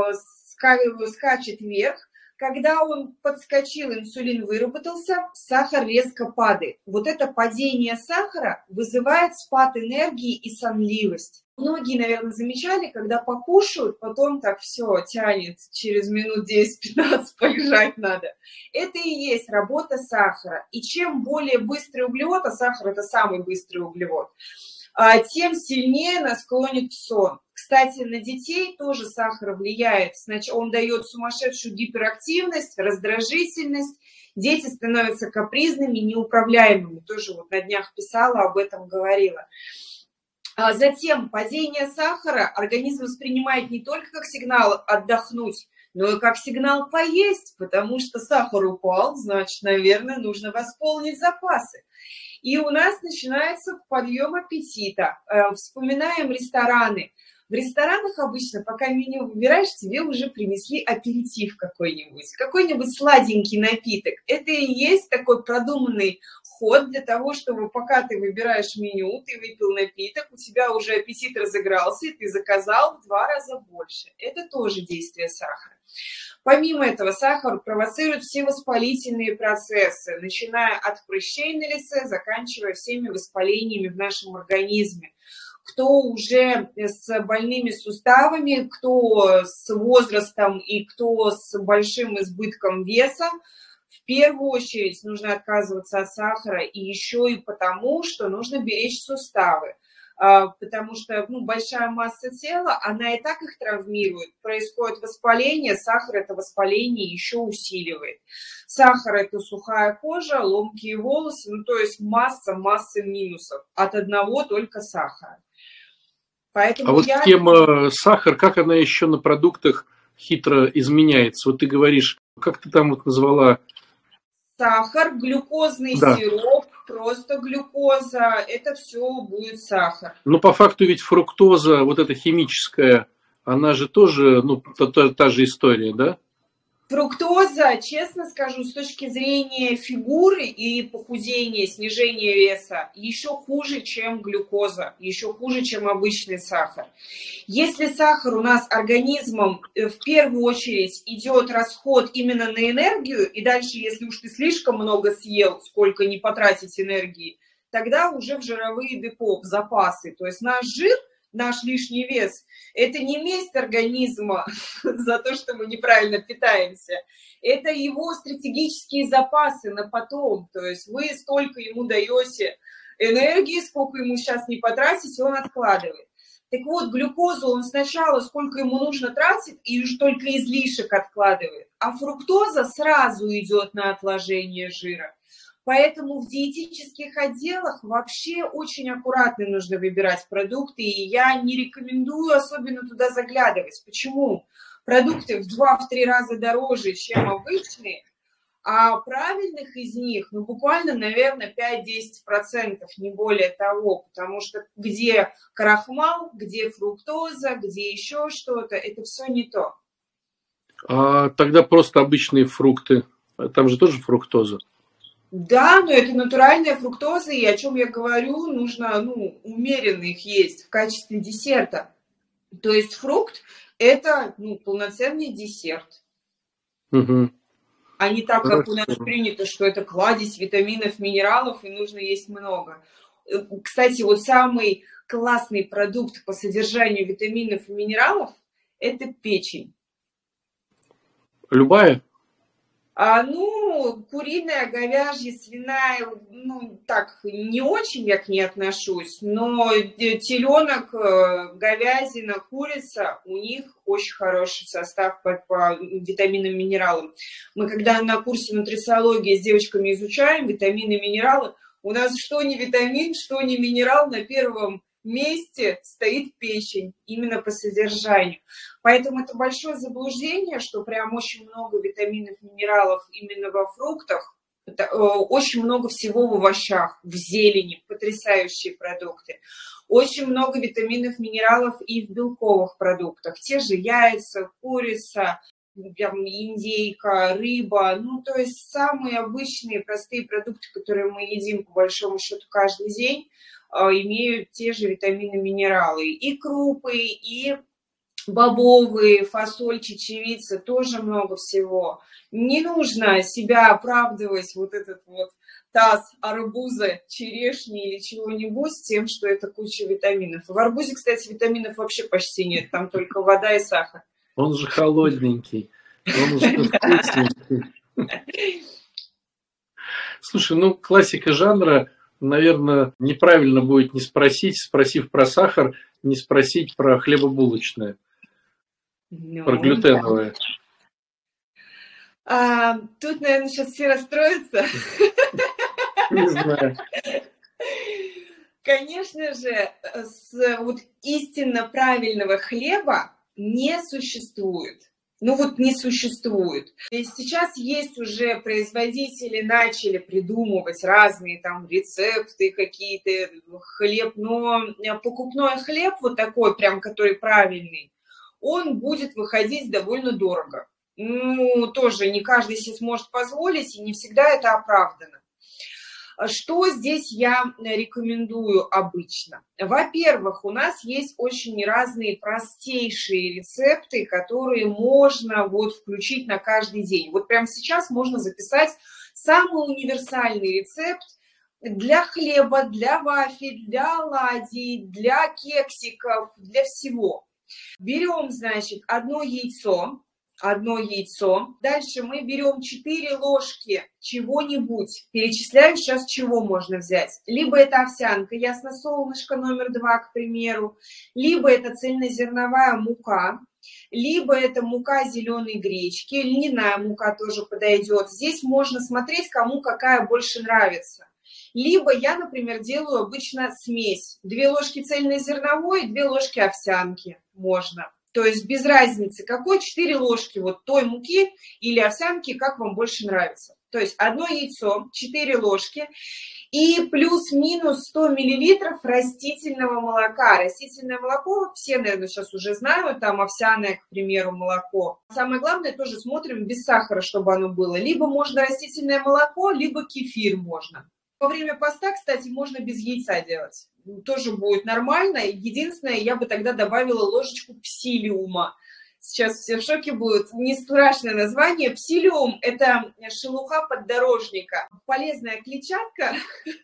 скачет вверх. Когда он подскочил, инсулин выработался, сахар резко падает. Это падение сахара вызывает спад энергии и сонливость. Многие, наверное, замечали, когда покушают, потом так все тянет, через минут 10-15 полежать надо. Это и есть работа сахара. И чем более быстрый углевод, а сахар – это самый быстрый углевод, тем сильнее нас клонит в сон. Кстати, на детей тоже сахар влияет. Он дает сумасшедшую гиперактивность, раздражительность. Дети становятся капризными, неуправляемыми. Тоже на днях писала, об этом говорила. Затем падение сахара организм воспринимает не только как сигнал отдохнуть, Ну и как сигнал поесть, потому что сахар упал, значит, наверное, нужно восполнить запасы. И у нас начинается подъем аппетита. Вспоминаем рестораны. В ресторанах обычно, пока меню выбираешь, тебе уже принесли аперитив какой-нибудь сладенький напиток. Это и есть такой продуманный ход для того, чтобы пока ты выбираешь меню, ты выпил напиток, у тебя уже аппетит разыгрался, и ты заказал в 2 раза больше. Это тоже действие сахара. Помимо этого, сахар провоцирует все воспалительные процессы, начиная от прыщей на лице, заканчивая всеми воспалениями в нашем организме. Кто уже с больными суставами, кто с возрастом и кто с большим избытком веса, в первую очередь нужно отказываться от сахара, и еще и потому, что нужно беречь суставы. Потому что большая масса тела, она и так их травмирует, происходит воспаление, сахар это воспаление еще усиливает. Сахар это сухая кожа, ломкие волосы, то есть масса минусов от одного только сахара. Поэтому вот тема сахар, как она еще на продуктах хитро изменяется? Вот ты говоришь, как ты там вот назвала? Сахар, глюкозный сироп, просто глюкоза, это все будет сахар. Но по факту ведь фруктоза, вот эта химическая, она же тоже, та же история, да? Фруктоза, честно скажу, с точки зрения фигуры и похудения, снижения веса, еще хуже, чем глюкоза, еще хуже, чем обычный сахар. Если сахар у нас организмом в первую очередь идет расход именно на энергию, и дальше, если уж ты слишком много съел, сколько не потратить энергии, тогда уже в жировые депо, в запасы. То есть наш жир, наш лишний вес, это не месть организма за то, что мы неправильно питаемся. Это его стратегические запасы на потом. То есть вы столько ему даете энергии, сколько ему сейчас не потратить, он откладывает. Так вот, глюкозу он сначала сколько ему нужно тратить, и уж только излишек откладывает. А фруктоза сразу идет на отложение жира. Поэтому в диетических отделах вообще очень аккуратно нужно выбирать продукты, и я не рекомендую особенно туда заглядывать. Почему? Продукты в 2-3 раза дороже, чем обычные, а правильных из них, буквально, наверное, 5-10%, не более того, потому что где крахмал, где фруктоза, где еще что-то, это все не то. А тогда просто обычные фрукты, там же тоже фруктоза. Да, но это натуральная фруктоза, и о чем я говорю, нужно умеренно их есть в качестве десерта. То есть фрукт – это полноценный десерт. Угу. А не так, как у нас принято, что это кладезь витаминов, минералов, и нужно есть много. Кстати, вот самый классный продукт по содержанию витаминов и минералов – это печень. Любая? Куриная, говяжья, свиная, так, не очень я к ней отношусь, но теленок, говядина, курица, у них очень хороший состав по витаминам, минералам. Мы когда на курсе нутрициологии с девочками изучаем витамины, минералы, у нас что не витамин, что не минерал, на первом месте стоит печень, именно по содержанию. Поэтому это большое заблуждение, что прям очень много витаминов, минералов именно во фруктах, очень много всего в овощах, в зелени, потрясающие продукты. Очень много витаминов, минералов и в белковых продуктах. Те же яйца, курица, индейка, рыба, то есть самые обычные простые продукты, которые мы едим по большому счету каждый день, имеют те же витамины, минералы. И крупы, и бобовые, фасоль, чечевица, тоже много всего. Не нужно себя оправдывать вот этот вот таз арбуза, черешни или чего-нибудь с тем, что это куча витаминов. В арбузе, кстати, витаминов вообще почти нет, там только вода и сахар. Он же холодненький, он же вкусненький. Слушай, классика жанра, наверное, неправильно будет не спросить, спросив про сахар, не спросить про хлебобулочное, про глютеновое. Тут, наверное, сейчас все расстроятся. Не знаю. Конечно же, вот истинно правильного хлеба не существует. Ну вот не существует. И сейчас есть уже производители, начали придумывать разные там рецепты какие-то, хлеб, но покупной хлеб вот такой прям, который правильный, он будет выходить довольно дорого. Ну, тоже не каждый себе сможет позволить, и не всегда это оправдано. Что здесь я рекомендую обычно? Во-первых, у нас есть очень разные простейшие рецепты, которые можно вот включить на каждый день. Вот прямо сейчас можно записать самый универсальный рецепт для хлеба, для вафель, для оладий, для кексиков, для всего. Берем, значит, одно яйцо. Дальше мы берем 4 ложки чего-нибудь. Перечисляю сейчас, чего можно взять. Либо это овсянка, ясно, солнышко номер 2, к примеру. Либо это цельнозерновая мука. Либо это мука зеленой гречки. Льняная мука тоже подойдет. Здесь можно смотреть, кому какая больше нравится. Либо я, например, делаю обычно смесь. 2 ложки цельнозерновой, 2 ложки овсянки можно. То есть без разницы, какой, 4 ложки вот той муки или овсянки, как вам больше нравится. То есть одно яйцо, 4 ложки и плюс-минус 100 мл растительного молока. Растительное молоко, все, наверное, сейчас уже знают, там овсяное, к примеру, молоко. Самое главное, тоже смотрим без сахара, чтобы оно было. Либо можно растительное молоко, либо кефир можно. Во время поста, кстати, можно без яйца делать. Тоже будет нормально. Единственное, я бы тогда добавила ложечку псилиума. Сейчас все в шоке будут. Не страшное название. Псилиум – это шелуха поддорожника. Полезная клетчатка.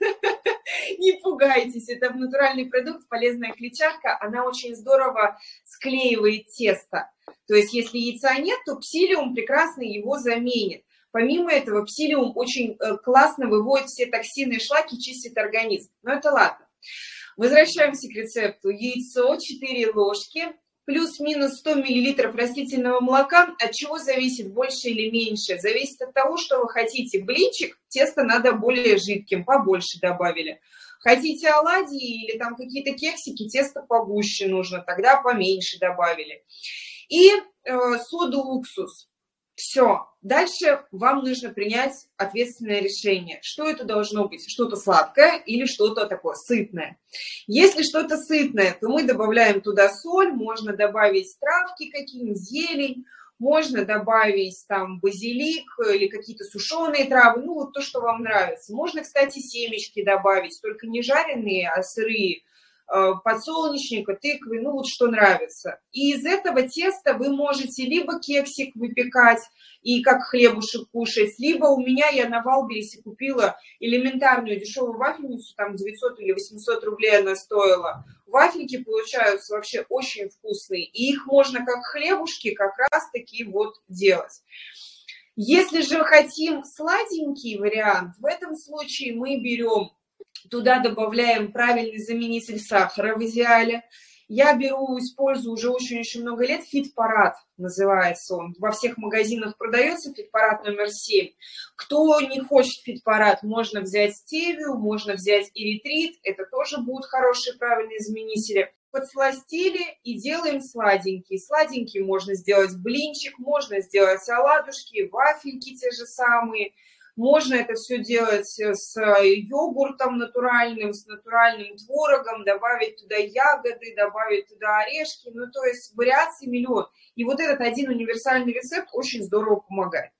Не пугайтесь, это натуральный продукт, полезная клетчатка. Она очень здорово склеивает тесто. То есть, если яйца нет, то псилиум прекрасно его заменит. Помимо этого, псилиум очень классно выводит все токсины и шлаки, чистит организм. Но это ладно. Возвращаемся к рецепту. Яйцо, 4 ложки, плюс-минус 100 мл растительного молока. От чего зависит, больше или меньше? Зависит от того, что вы хотите. Блинчик, тесто надо более жидким, побольше добавили. Хотите оладьи или там какие-то кексики, тесто побольше нужно, тогда поменьше добавили. И соду, уксус. Все. Дальше вам нужно принять ответственное решение. Что это должно быть? Что-то сладкое или что-то такое сытное? Если что-то сытное, то мы добавляем туда соль, можно добавить травки какие-нибудь, зелень, можно добавить там базилик или какие-то сушеные травы, ну вот то, что вам нравится. Можно, кстати, семечки добавить, только не жареные, а сырые, подсолнечника, тыквы, ну вот что нравится. И из этого теста вы можете либо кексик выпекать и как хлебушек кушать, либо у меня я на Валбересе купила элементарную дешевую вафельницу, там 900 или 800 рублей она стоила. Вафельки получаются вообще очень вкусные, и их можно как хлебушки как раз таки вот делать. Если же хотим сладенький вариант, в этом случае мы берем, туда добавляем правильный заменитель сахара в идеале. Я использую уже очень-очень много лет, Фитпарад называется он. Во всех магазинах продается Фитпарад номер 7. Кто не хочет Фитпарад, можно взять стевию, можно взять эритрит. Это тоже будут хорошие правильные заменители. Подсластили и делаем сладенький. Сладенький можно сделать блинчик, можно сделать оладушки, вафельки те же самые. Можно это все делать с йогуртом натуральным, с натуральным творогом, добавить туда ягоды, добавить туда орешки. Ну, то есть вариаций миллион. И вот этот один универсальный рецепт очень здорово помогает.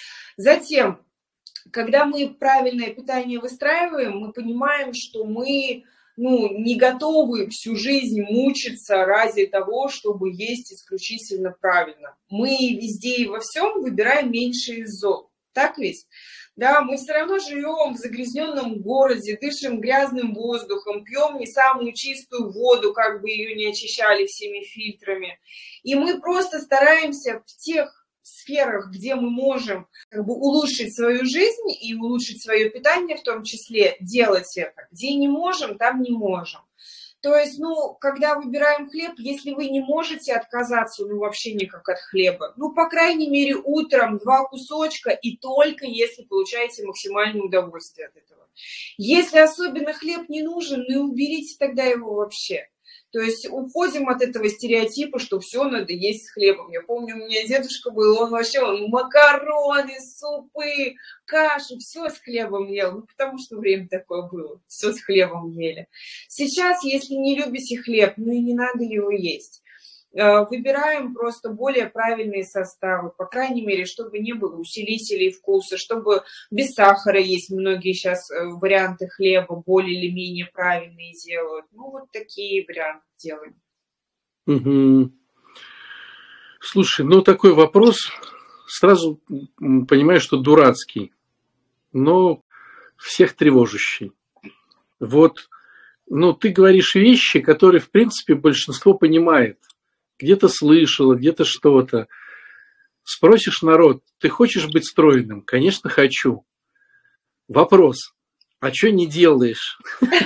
Затем, когда мы правильное питание выстраиваем, мы понимаем, что мы не готовы всю жизнь мучиться ради того, чтобы есть исключительно правильно. Мы везде и во всем выбираем меньше из зол. Так ведь? Да, мы все равно живем в загрязненном городе, дышим грязным воздухом, пьем не самую чистую воду, как бы ее не очищали всеми фильтрами. И мы просто стараемся в тех сферах, где мы можем улучшить свою жизнь и улучшить свое питание в том числе, делать это. Где не можем, там не можем. То есть, когда выбираем хлеб, если вы не можете отказаться, вообще никак от хлеба, по крайней мере, утром 2 кусочка, и только если получаете максимальное удовольствие от этого. Если особенно хлеб не нужен, уберите тогда его вообще. То есть уходим от этого стереотипа, что все надо есть с хлебом. Я помню, у меня дедушка был, он макароны, супы, каши, все с хлебом ел. Ну, потому что время такое было, все с хлебом ели. Сейчас, если не любите хлеб, ну и не надо его есть. Выбираем просто более правильные составы, по крайней мере, чтобы не было усилителей вкуса, чтобы без сахара есть многие сейчас варианты хлеба, более или менее правильные делают. Ну, вот такие варианты делаем. Угу. Слушай, ну такой вопрос, сразу понимаю, что дурацкий, но всех тревожащий. Вот, ну ты говоришь вещи, которые, в принципе, большинство понимает. Где-то слышала, где-то что-то. Спросишь народ, ты хочешь быть стройным? Конечно, хочу. Вопрос, а что не делаешь?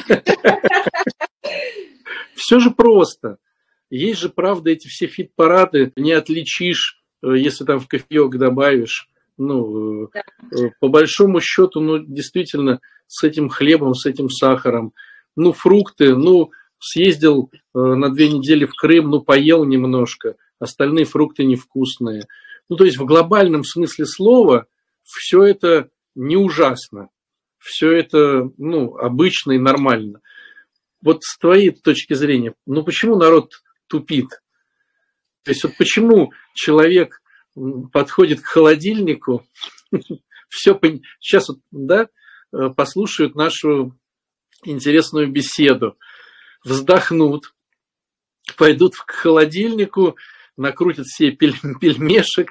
Все же просто. Есть же, правда, эти все фит-парады, не отличишь, если там в кофеек добавишь. Ну, по большому счету, ну, действительно, с этим хлебом, с этим сахаром. Ну, фрукты, ну, съездил на 2 недели в Крым, ну, поел немножко, остальные фрукты невкусные. Ну, то есть в глобальном смысле слова все это не ужасно, все это, ну, обычно и нормально. Вот с твоей точки зрения, ну, почему народ тупит? То есть вот почему человек подходит к холодильнику, все сейчас вот, да, послушают нашу интересную беседу, вздохнут, пойдут к холодильнику, накрутят себе пельмешек,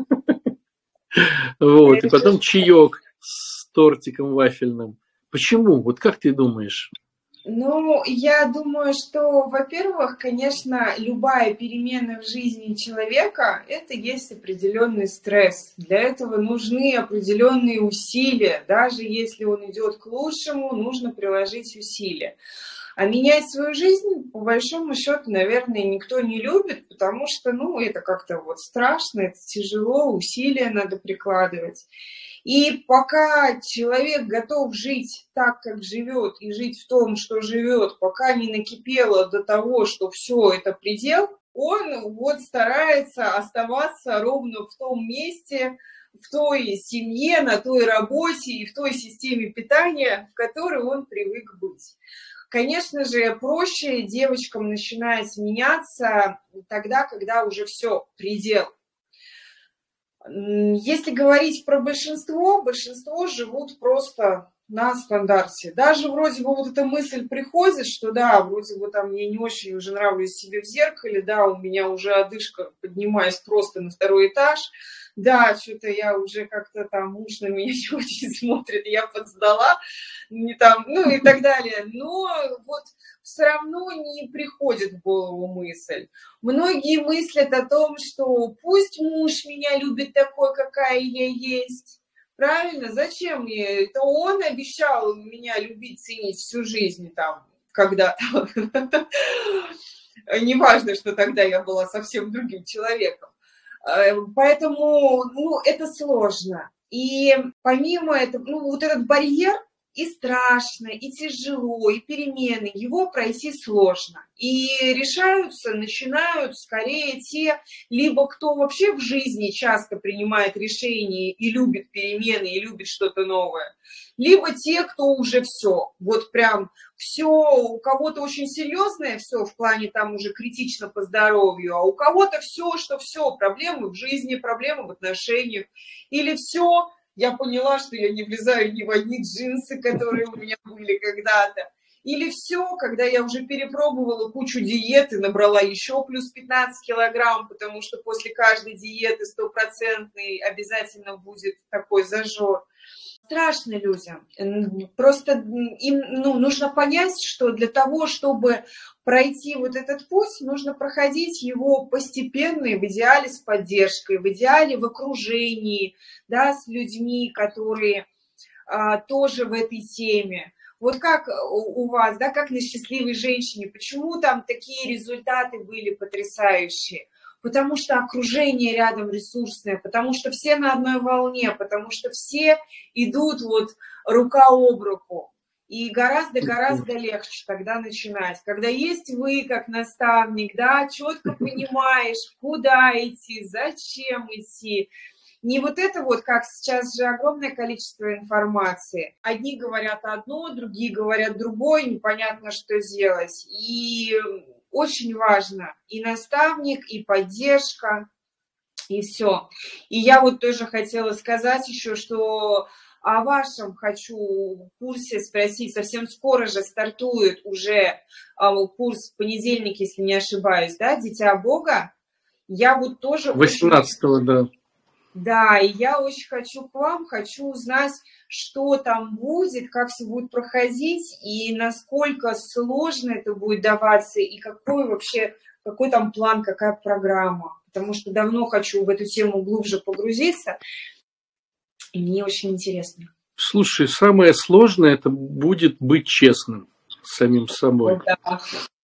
вот, и потом чаек с тортиком вафельным. Почему? Вот как ты думаешь? Ну, я думаю, что, во-первых, конечно, любая перемена в жизни человека – это есть определенный стресс. Для этого нужны определенные усилия. Даже если он идет к лучшему, нужно приложить усилия. А менять свою жизнь, по большому счету, наверное, никто не любит, потому что, ну, это как-то вот страшно, это тяжело, усилия надо прикладывать. И пока человек готов жить так, как живет, и жить в том, что живет, пока не накипело до того, что все это предел, он вот старается оставаться ровно в том месте, в той семье, на той работе и в той системе питания, в которой он привык быть. Конечно же, проще девочкам начинать меняться тогда, когда уже все, предел. Если говорить про большинство живут просто на стандарте. Даже вроде бы вот эта мысль приходит, что да, вроде бы там я не очень уже нравлюсь себе в зеркале, да, у меня уже одышка, поднимаюсь просто на 2-й этаж, да, что-то я уже как-то там, муж на меня не очень смотрит, я подсдала, не там, ну и так далее. Но вот все равно не приходит в голову мысль. Многие мыслят о том, что пусть муж меня любит такой, какая я есть. Правильно? Зачем мне? Это он обещал меня любить, ценить всю жизнь там когда-то. Неважно, что тогда я была совсем другим человеком. Поэтому, ну, это сложно. И помимо этого, ну, вот этот барьер, и страшно, и тяжело, и перемены, его пройти сложно. И решаются, начинают скорее те, либо кто вообще в жизни часто принимает решения и любит перемены, и любит что-то новое, либо те, кто уже все, вот прям все, у кого-то очень серьезное все в плане там уже критично по здоровью, а у кого-то все, что все, проблемы в жизни, проблемы в отношениях, или все, я поняла, что я не влезаю ни в одни джинсы, которые у меня были когда-то. Или все, когда я уже перепробовала кучу диет и набрала еще плюс 15 килограмм, потому что после каждой диеты 100% обязательно будет такой зажор. Страшно людям. Просто им нужно понять, что для того, чтобы пройти вот этот путь, нужно проходить его постепенно, и в идеале с поддержкой, в идеале в окружении, да, с людьми, которые тоже в этой теме. Вот как у вас, да, как на «Счастливой женщине», почему там такие результаты были потрясающие? Потому что окружение рядом ресурсное, потому что все на одной волне, потому что все идут вот рука об руку. И гораздо-гораздо легче тогда начинать. Когда есть вы, как наставник, да, четко понимаешь, куда идти, зачем идти. Не вот это вот, как сейчас же огромное количество информации. Одни говорят одно, другие говорят другое, непонятно, что делать. И очень важно и наставник, и поддержка, и все. И я вот тоже хотела сказать еще, что о вашем хочу курсе спросить. Совсем скоро же стартует уже курс в понедельник, если не ошибаюсь, да, «Дитя Бога». Я вот тоже 18-го, да. Да, и я очень хочу к вам, хочу узнать, что там будет, как все будет проходить, и насколько сложно это будет даваться, и какой вообще, какой там план, какая программа. Потому что давно хочу в эту тему глубже погрузиться, и мне очень интересно. Слушай, самое сложное это будет быть честным с самим собой. Да.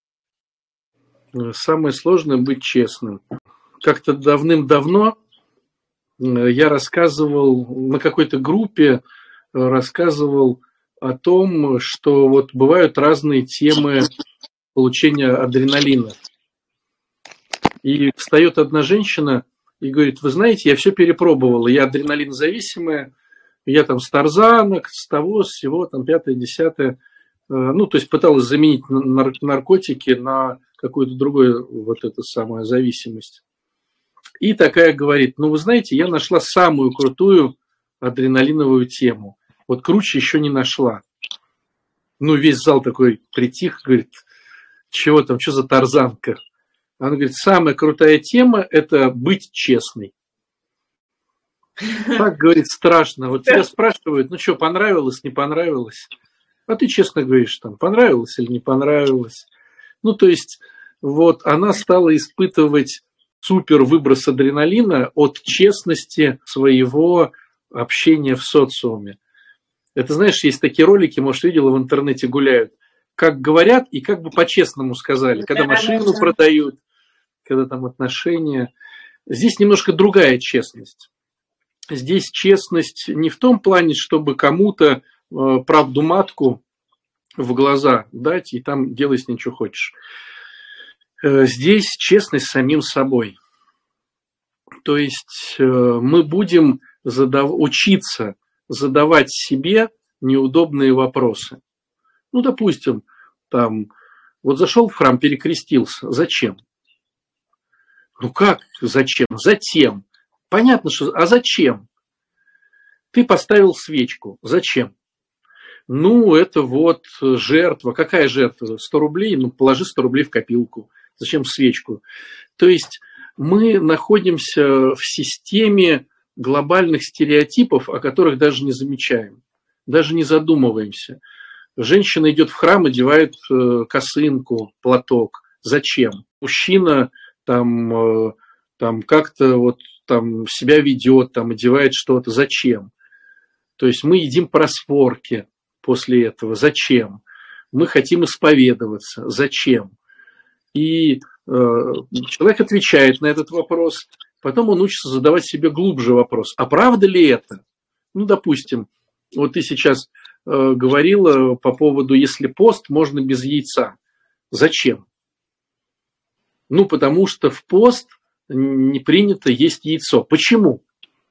Самое сложное быть честным. Как-то давным-давно я рассказывал на какой-то группе, рассказывал о том, что вот бывают разные темы получения адреналина. И встает одна женщина и говорит: вы знаете, я все перепробовала, я адреналинозависимая, я там с тарзанок, с того, с всего, там, 5-е, 10-е. Ну, то есть пыталась заменить наркотики на какую-то другую вот эту самую зависимость. И такая говорит: ну, вы знаете, я нашла самую крутую адреналиновую тему. Вот круче еще не нашла. Ну, весь зал такой притих, говорит: чего там, что за тарзанка? Она говорит: самая крутая тема – это быть честной. Так, говорит, страшно. Вот тебя спрашивают: ну что, понравилось, не понравилось? А ты честно говоришь, там, понравилось или не понравилось. Ну, то есть, вот она стала испытывать супер выброс адреналина от честности своего общения в социуме. Это, знаешь, есть такие ролики, может, видела, в интернете гуляют, как говорят и как бы по-честному сказали, когда машину продают, когда там отношения. Здесь немножко другая честность. Здесь честность не в том плане, чтобы кому-то правду матку в глаза дать и там делай с ним, что хочешь. Здесь честность с самим собой. То есть мы будем учиться задавать себе неудобные вопросы. Ну, допустим, там, вот зашел в храм, перекрестился. Зачем? Ну как зачем? Затем. Понятно, что... А зачем? Ты поставил свечку. Зачем? Ну, это вот жертва. Какая жертва? 100 рублей? Ну, положи 100 рублей в копилку. Зачем свечку? То есть мы находимся в системе глобальных стереотипов, о которых даже не замечаем, даже не задумываемся. Женщина идет в храм, одевает косынку, платок. Зачем? Мужчина там как-то вот там себя ведет, там одевает что-то. Зачем? То есть мы едим просфорки после этого. Зачем? Мы хотим исповедоваться. Зачем? И человек отвечает на этот вопрос. Потом он учится задавать себе глубже вопрос. А правда ли это? Ну, допустим, вот ты сейчас говорила по поводу, если пост, можно без яйца. Зачем? Ну, потому что в пост не принято есть яйцо. Почему?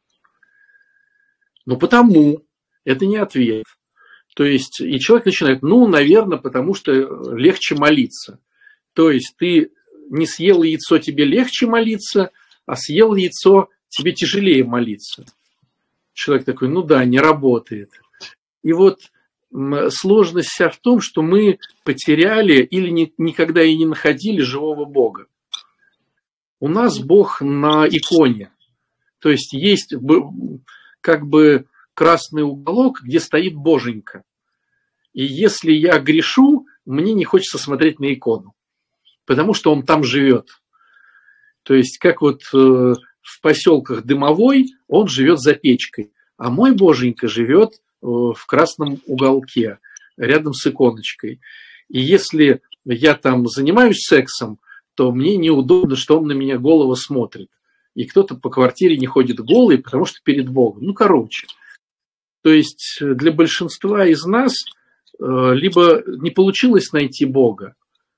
Ну, потому. Это не ответ. То есть, и человек начинает: ну, наверное, потому что легче молиться. То есть, ты не съел яйцо, тебе легче молиться, а съел яйцо, тебе тяжелее молиться. Человек такой: ну да, не работает. И вот сложность вся в том, что мы потеряли или никогда и не находили живого Бога. У нас Бог на иконе. То есть есть как бы красный уголок, где стоит Боженька. И если я грешу, мне не хочется смотреть на икону, потому что он там живет. То есть как вот в поселках Дымовой, он живет за печкой, а мой Боженька живет в красном уголке, рядом с иконочкой. И если я там занимаюсь сексом, то мне неудобно, что он на меня голого смотрит. И кто-то по квартире не ходит голый, потому что перед Богом. Ну, короче. То есть для большинства из нас либо не получилось найти Бога,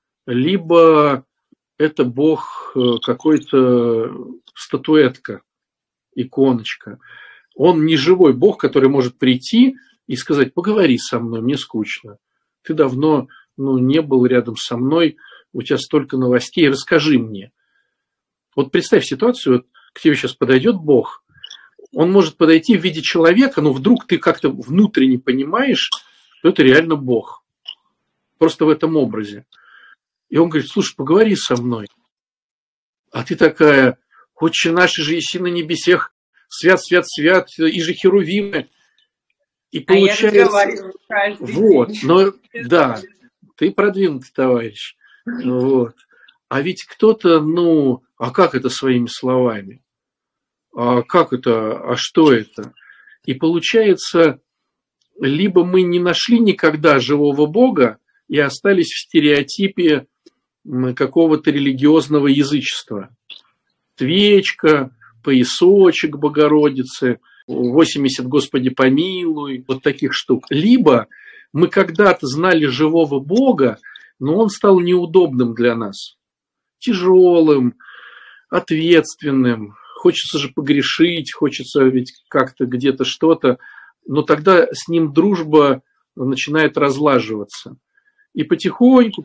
либо это Бог какой-то статуэтка, иконочка. Он не живой Бог, который может прийти и сказать: поговори со мной, мне скучно. Ты давно не был рядом со мной, у тебя столько новостей, расскажи мне. Вот представь ситуацию, вот к тебе сейчас подойдет Бог, он может подойти в виде человека, но вдруг ты как-то внутренне понимаешь, что это реально Бог. Просто в этом образе. И он говорит: слушай, поговори со мной. А ты такая: Отче наш, же еси на небесех, свят, свят, свят, и же херувимы. И получается... я разговариваю каждый день. Но да, ты продвинутый товарищ. Вот. А ведь кто-то, а как это своими словами? А как это? А что это? И получается, либо мы не нашли никогда живого Бога и остались в стереотипе какого-то религиозного язычества. Свечка, поясочек Богородицы, 80 Господи помилуй, вот таких штук. Либо мы когда-то знали живого Бога, но он стал неудобным для нас. Тяжелым, ответственным. Хочется же погрешить, хочется ведь как-то где-то что-то. Но тогда с ним дружба начинает разлаживаться. И потихоньку,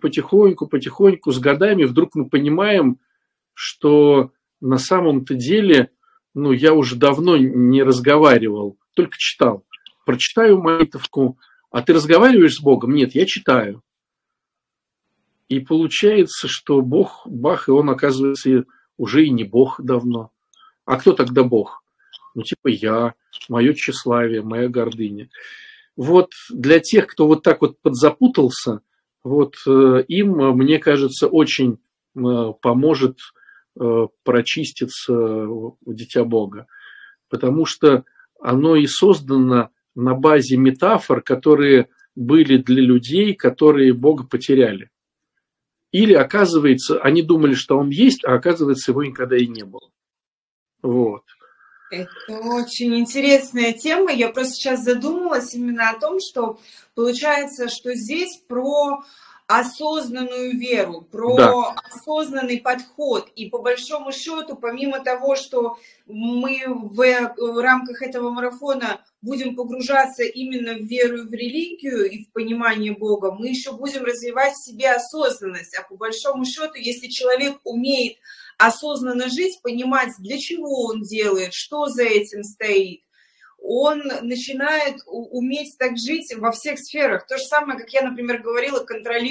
с годами вдруг мы понимаем, что на самом-то деле, я уже давно не разговаривал, только читал. Прочитаю молитвку, а ты разговариваешь с Богом? Нет, я читаю. И получается, что Бог, бах, и он, оказывается, уже и не Бог давно. А кто тогда Бог? Я, мое тщеславие, моя гордыня. Вот для тех, кто вот так вот подзапутался, вот им, мне кажется, очень поможет прочиститься в дитя Бога. Потому что оно и создано на базе метафор, которые были для людей, которые Бога потеряли. Или, оказывается, они думали, что он есть, а оказывается, его никогда и не было. Вот. Это очень интересная тема. Я просто сейчас задумалась именно о том, что получается, что здесь про осознанную веру, про осознанный подход. И по большому счету, помимо того, что мы в рамках этого марафона будем погружаться именно в веру и в религию и в понимание Бога, мы еще будем развивать в себе осознанность. А по большому счету, если человек умеет осознанно жить, понимать, для чего он делает, что за этим стоит, он начинает уметь так жить во всех сферах. То же самое, как я, например, говорила,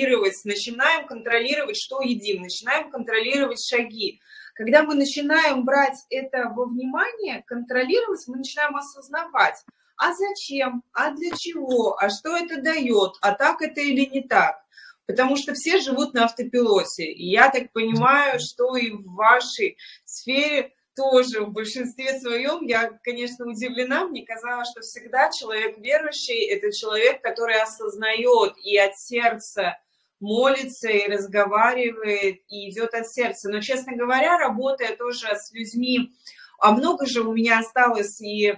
начинаем контролировать, что едим, начинаем контролировать шаги. Когда мы начинаем брать это во внимание, контролировать, мы начинаем осознавать, а зачем, а для чего, а что это дает, а так это или не так. Потому что все живут на автопилоте. И я так понимаю, что и в вашей сфере тоже в большинстве своем. Я, конечно, удивлена. Мне казалось, что всегда человек верующий – это человек, который осознает и от сердца молится, и разговаривает, и идет от сердца. Но, честно говоря, работая тоже с людьми, а много же у меня осталось и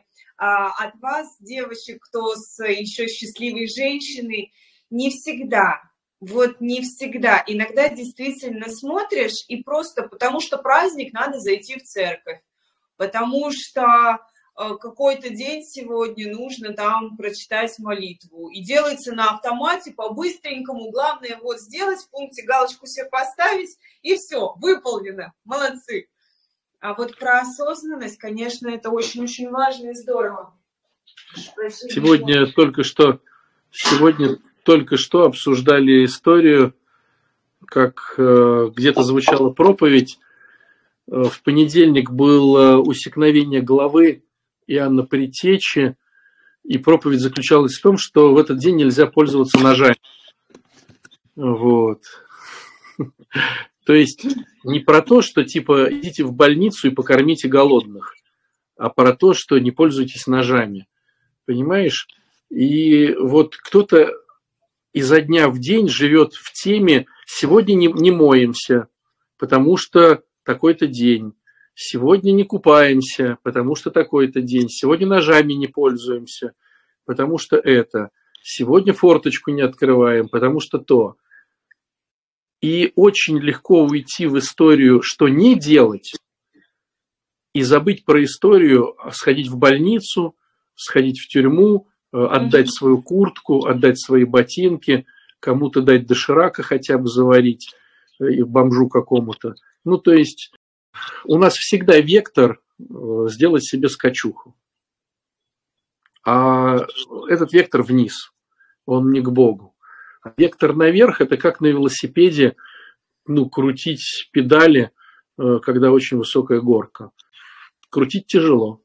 от вас, девочек, кто с еще счастливой женщиной, не всегда. Вот не всегда. Иногда действительно смотришь, и просто потому что праздник, надо зайти в церковь. Потому что какой-то день сегодня нужно там прочитать молитву. И делается на автомате, по-быстренькому. Главное вот сделать, в пункте галочку себе поставить, и все, выполнено. Молодцы. А вот про осознанность, конечно, это очень-очень важно и здорово. Сегодня только что обсуждали историю, как где-то звучала проповедь. В понедельник было усекновение главы Иоанна Предтечи, и проповедь заключалась в том, что в этот день нельзя пользоваться ножами. Вот. То есть не про то, что типа идите в больницу и покормите голодных, а про то, что не пользуйтесь ножами. Понимаешь? И вот кто-то изо дня в день живет в теме: сегодня не моемся, потому что такой-то день. Сегодня не купаемся, потому что такой-то день. Сегодня ножами не пользуемся, потому что это. Сегодня форточку не открываем, потому что то. И очень легко уйти в историю, что не делать, и забыть про историю, сходить в больницу, сходить в тюрьму, отдать свою куртку, отдать свои ботинки, кому-то дать доширака хотя бы заварить, бомжу какому-то. Ну, то есть у нас всегда вектор сделать себе скачуху. А этот вектор вниз, он не к Богу. А вектор наверх – это как на велосипеде, ну, крутить педали, когда очень высокая горка. Крутить тяжело.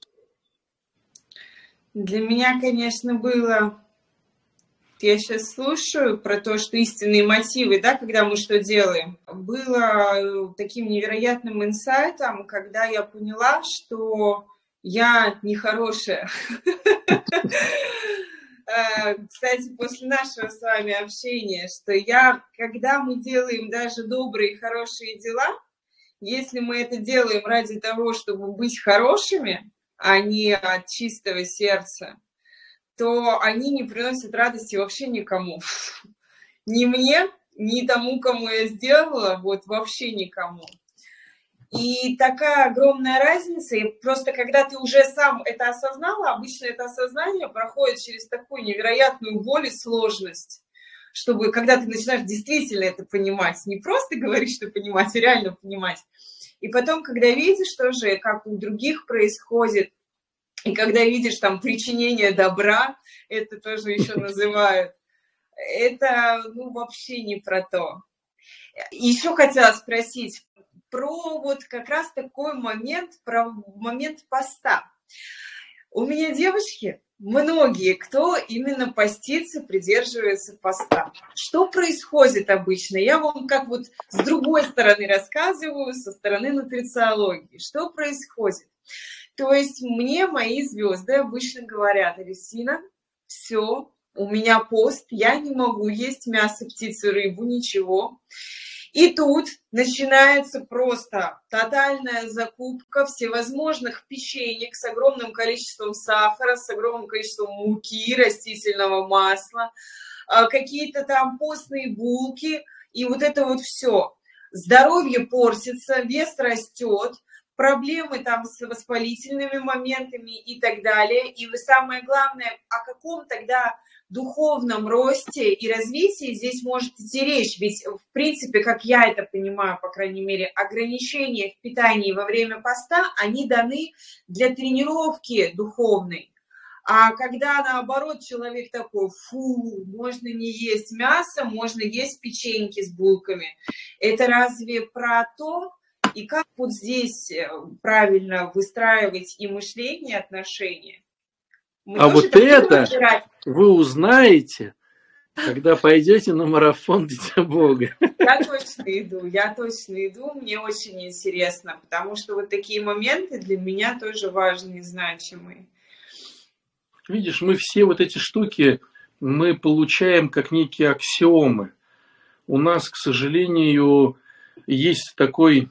Для меня, конечно, было... Я сейчас слушаю про то, что истинные мотивы, да, когда мы что делаем. Было таким невероятным инсайтом, когда я поняла, что я нехорошая. Кстати, после нашего с вами общения, что когда мы делаем даже добрые и хорошие дела, если мы это делаем ради того, чтобы быть хорошими, а не от чистого сердца, то они не приносят радости вообще никому. Ни мне, ни тому, кому я сделала, вот вообще никому. И такая огромная разница, и просто когда ты уже сам это осознала, обычно это осознание проходит через такую невероятную боль и сложность, чтобы, когда ты начинаешь действительно это понимать, не просто говорить, что понимать, а реально понимать. И потом, когда видишь тоже, как у других происходит, и когда видишь там причинение добра, это тоже еще называют, это ну, вообще не про то. Еще хотела спросить про вот как раз такой момент, про момент поста. У меня девочки, многие, кто именно постится, придерживается поста. Что происходит обычно? Я вам как вот с другой стороны рассказываю, со стороны нутрициологии. Что происходит? То есть мне мои звезды обычно говорят: Алевтина, все, у меня пост, я не могу есть мясо, птицу, рыбу, ничего. И тут начинается просто тотальная закупка всевозможных печенек с огромным количеством сахара, с огромным количеством муки, растительного масла, какие-то там постные булки, и вот это вот все. Здоровье портится, вес растет, проблемы там с воспалительными моментами и так далее. И самое главное, о каком тогда духовном росте и развитии здесь может идти речь? Ведь, в принципе, как я это понимаю, по крайней мере, ограничения в питании во время поста, они даны для тренировки духовной. А когда, наоборот, человек такой: фу, можно не есть мясо, можно есть печеньки с булками. Это разве про то? И как вот здесь правильно выстраивать и мышление, и отношения? А вот это вы узнаете, когда пойдете на марафон Дитя Бога. Я точно иду, мне очень интересно, потому что вот такие моменты для меня тоже важные и значимые. Видишь, мы все вот эти штуки, мы получаем как некие аксиомы. У нас, к сожалению, есть такой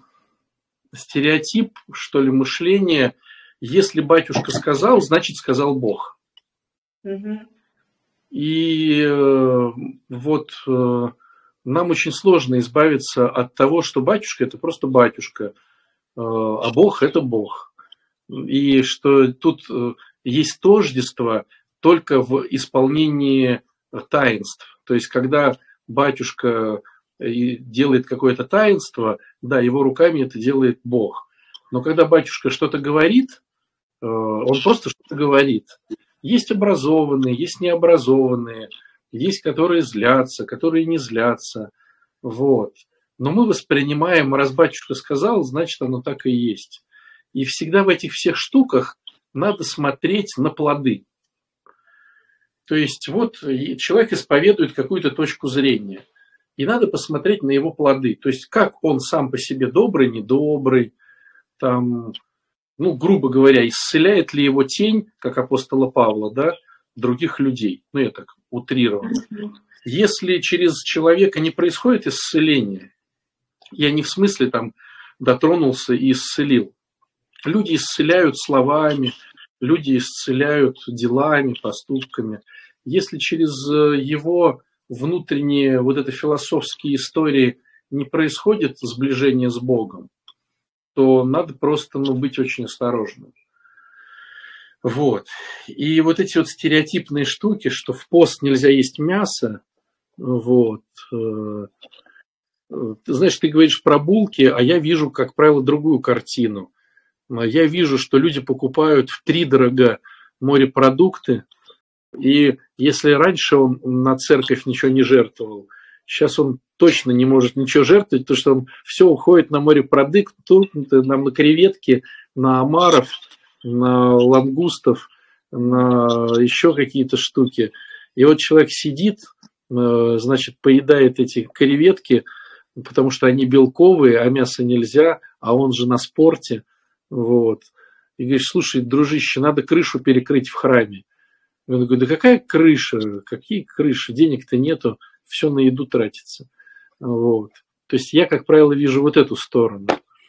стереотип, что ли, мышления: если батюшка сказал, значит сказал Бог. Угу. И вот нам очень сложно избавиться от того, что батюшка – это просто батюшка, а Бог – это Бог. И что тут есть тождество только в исполнении таинств. То есть, когда батюшка делает какое-то таинство, да, его руками это делает Бог. Но когда батюшка что-то говорит, он просто что-то говорит. Есть образованные, есть необразованные, есть которые злятся, которые не злятся. Вот. Но мы воспринимаем, раз батюшка сказал, значит оно так и есть. И всегда в этих всех штуках надо смотреть на плоды. То есть вот человек исповедует какую-то точку зрения, и надо посмотреть на его плоды. То есть как он сам по себе добрый, недобрый, там, ну, грубо говоря, исцеляет ли его тень, как апостола Павла, да, других людей. Ну, я так утрированно. Если через человека не происходит исцеление, я не в смысле там дотронулся и исцелил. Люди исцеляют словами, люди исцеляют делами, поступками. если через его внутренние вот это философские истории не происходит сближение с Богом, то надо просто быть очень осторожным. Вот. И вот эти вот стереотипные штуки, что в пост нельзя есть мясо, вот. Ты знаешь, ты говоришь про булки, а я вижу, как правило, другую картину. Я вижу, что люди покупают втридорога морепродукты, и если раньше он на церковь ничего не жертвовал, сейчас он точно не может ничего жертвовать, потому что он все уходит на морепродукты, на креветки, на омаров, на лангустов, на еще какие-то штуки. И вот человек сидит, значит, поедает эти креветки, потому что они белковые, а мясо нельзя, а он же на спорте. Вот. И говоришь, слушай, дружище, надо крышу перекрыть в храме. И он говорит, да какая крыша, какие крыши, денег-то нету, все на еду тратится. Вот. То есть я, как правило, вижу вот эту сторону.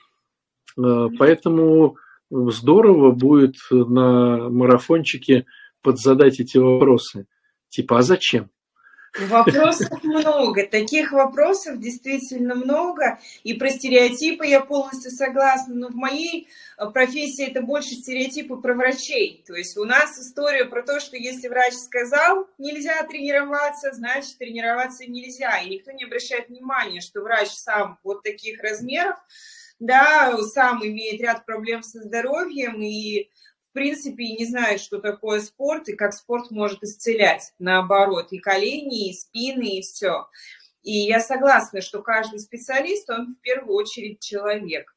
Поэтому здорово будет на марафончике подзадать эти вопросы. Типа, а зачем? Вопросов много, таких вопросов действительно много, и про стереотипы я полностью согласна, но в моей профессии это больше стереотипы про врачей, то есть у нас история про то, что если врач сказал, нельзя тренироваться, значит тренироваться нельзя, и никто не обращает внимания, что врач сам вот таких размеров, да, сам имеет ряд проблем со здоровьем, и в принципе, не знает, что такое спорт и как спорт может исцелять, наоборот, и колени, и спины, и все. И я согласна, что каждый специалист, он в первую очередь человек.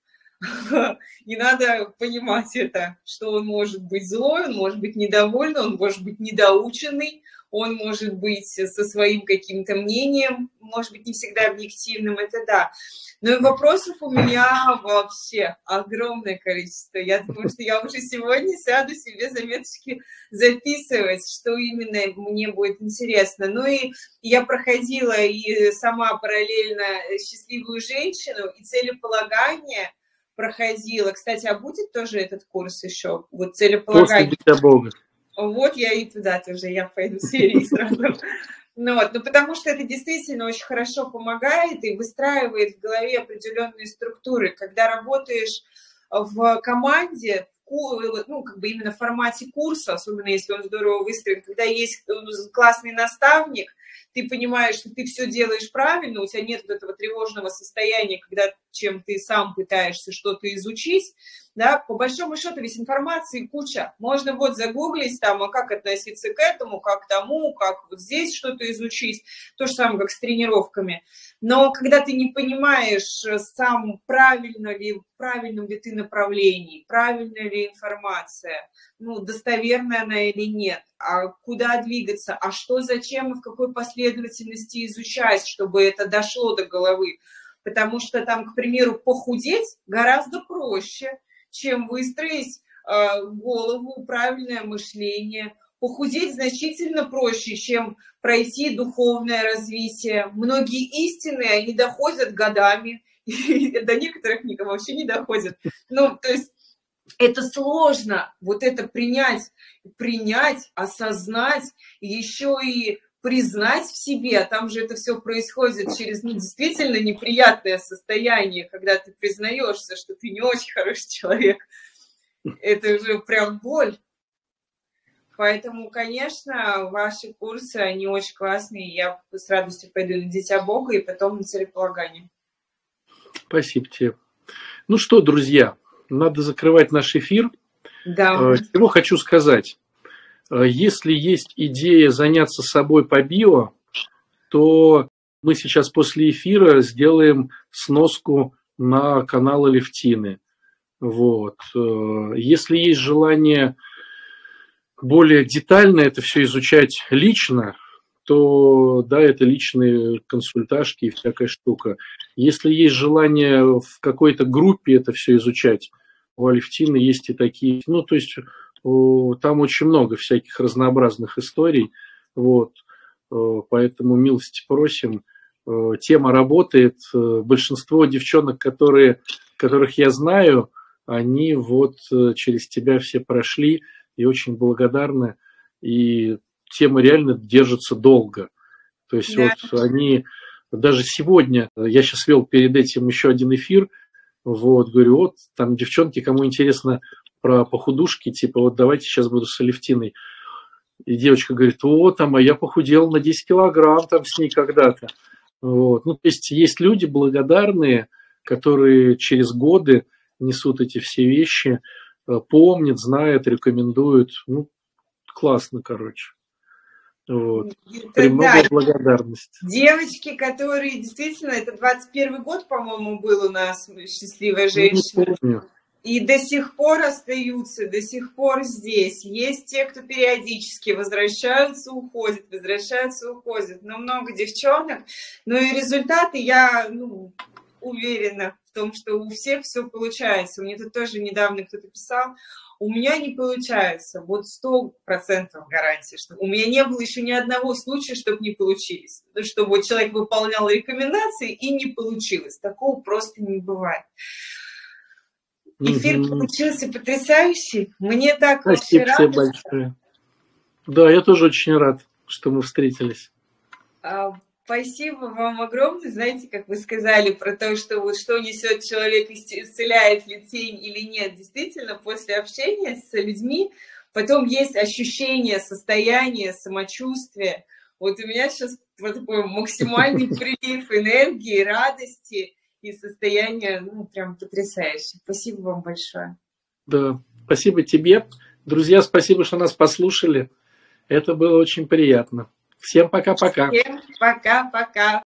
И надо понимать это, что он может быть злой, он может быть недовольный, он может быть недоученный, он может быть со своим каким-то мнением, может быть не всегда объективным, это да. Но и вопросов у меня вообще огромное количество. Я думаю, что я уже сегодня сяду себе заметочки записывать, что именно мне будет интересно. Ну и я проходила и сама параллельно «Счастливую женщину», и «Целеполагание» проходила. Кстати, а будет тоже этот курс еще? Вот «Целеполагание». После «Дитя Бога». Вот я и туда тоже, я пойду серии сразу. Ну, вот, ну, потому что это действительно очень хорошо помогает и выстраивает в голове определенные структуры. Когда работаешь в команде, ну, как бы именно в формате курса, особенно если он здорово выстроен, когда есть классный наставник, ты понимаешь, что ты все делаешь правильно, у тебя нет вот этого тревожного состояния, когда чем ты сам пытаешься что-то изучить, да, по большому счету ведь информации куча. Можно вот загуглить там, а как относиться к этому, как к тому, как вот здесь что-то изучить. То же самое, как с тренировками. Но когда ты не понимаешь сам, правильном ли ты направлении, правильная ли информация, ну, достоверная она или нет, а куда двигаться, а что, зачем и в какой последовательности изучать, чтобы это дошло до головы. Потому что там, к примеру, похудеть гораздо проще, чем выстроить голову, правильное мышление. Похудеть значительно проще, чем пройти духовное развитие. Многие истины, они доходят годами, и до некоторых вообще не доходят. Ну, то есть это сложно, вот это принять, осознать, еще и признать в себе, а там же это все происходит через действительно неприятное состояние, когда ты признаешься, что ты не очень хороший человек. Это уже прям боль. Поэтому, конечно, ваши курсы, они очень классные. Я с радостью пойду на «Дитя Бога» и потом на «Целеполагание». Спасибо тебе. Ну что, друзья, надо закрывать наш эфир. Да. Чего хочу сказать. Если есть идея заняться собой по био, то мы сейчас после эфира сделаем сноску на канал Алевтины. Вот. Если есть желание более детально это все изучать лично, то да, это личные консультажки и всякая штука. Если есть желание в какой-то группе это все изучать, у Алевтины есть и такие, ну, то есть там очень много всяких разнообразных историй, вот, поэтому милости просим. Тема работает. Большинство девчонок, которых я знаю, они вот через тебя все прошли и очень благодарны. И тема реально держится долго. То есть Да. вот они, даже сегодня, я сейчас вел перед этим еще один эфир, вот, говорю, вот, там, девчонки, кому интересно про похудушки, типа, вот давайте сейчас буду с Алевтиной. И девочка говорит, о, там, а я похудел на 10 килограмм там с ней когда-то. Вот. Ну, то есть люди благодарные, которые через годы несут эти все вещи, помнят, знают, рекомендуют. Ну, классно, короче. Вот. Премного Да, благодарность. девочки, которые действительно, это 21 год, по-моему, был у нас «Счастливая Ну, не женщина». помню. И до сих пор остаются, до сих пор здесь. Есть те, кто периодически возвращаются, уходят, возвращаются, уходят. Но много девчонок. Но и результаты, я уверена в том, что у всех все получается. Мне тут тоже недавно кто-то писал, у меня не получается. Вот 100% гарантии, что у меня не было еще ни одного случая, чтобы не получились. Чтобы вот человек выполнял рекомендации и не получилось. Такого просто не бывает. Эфир получился потрясающий. Мне так вообще Спасибо тебе радостно. большое. Да, я тоже очень рад, что мы встретились. Спасибо вам огромное. Знаете, как вы сказали про то, что вот что несет человек, исцеляет ли тень или нет. Действительно, после общения с людьми потом есть ощущение, состояние, самочувствие. Вот у меня сейчас вот такой максимальный прилив энергии, радости и состояние, прям потрясающе. Спасибо вам большое. Да, спасибо тебе. Друзья, спасибо, что нас послушали. Это было очень приятно. Всем пока-пока. Всем пока-пока.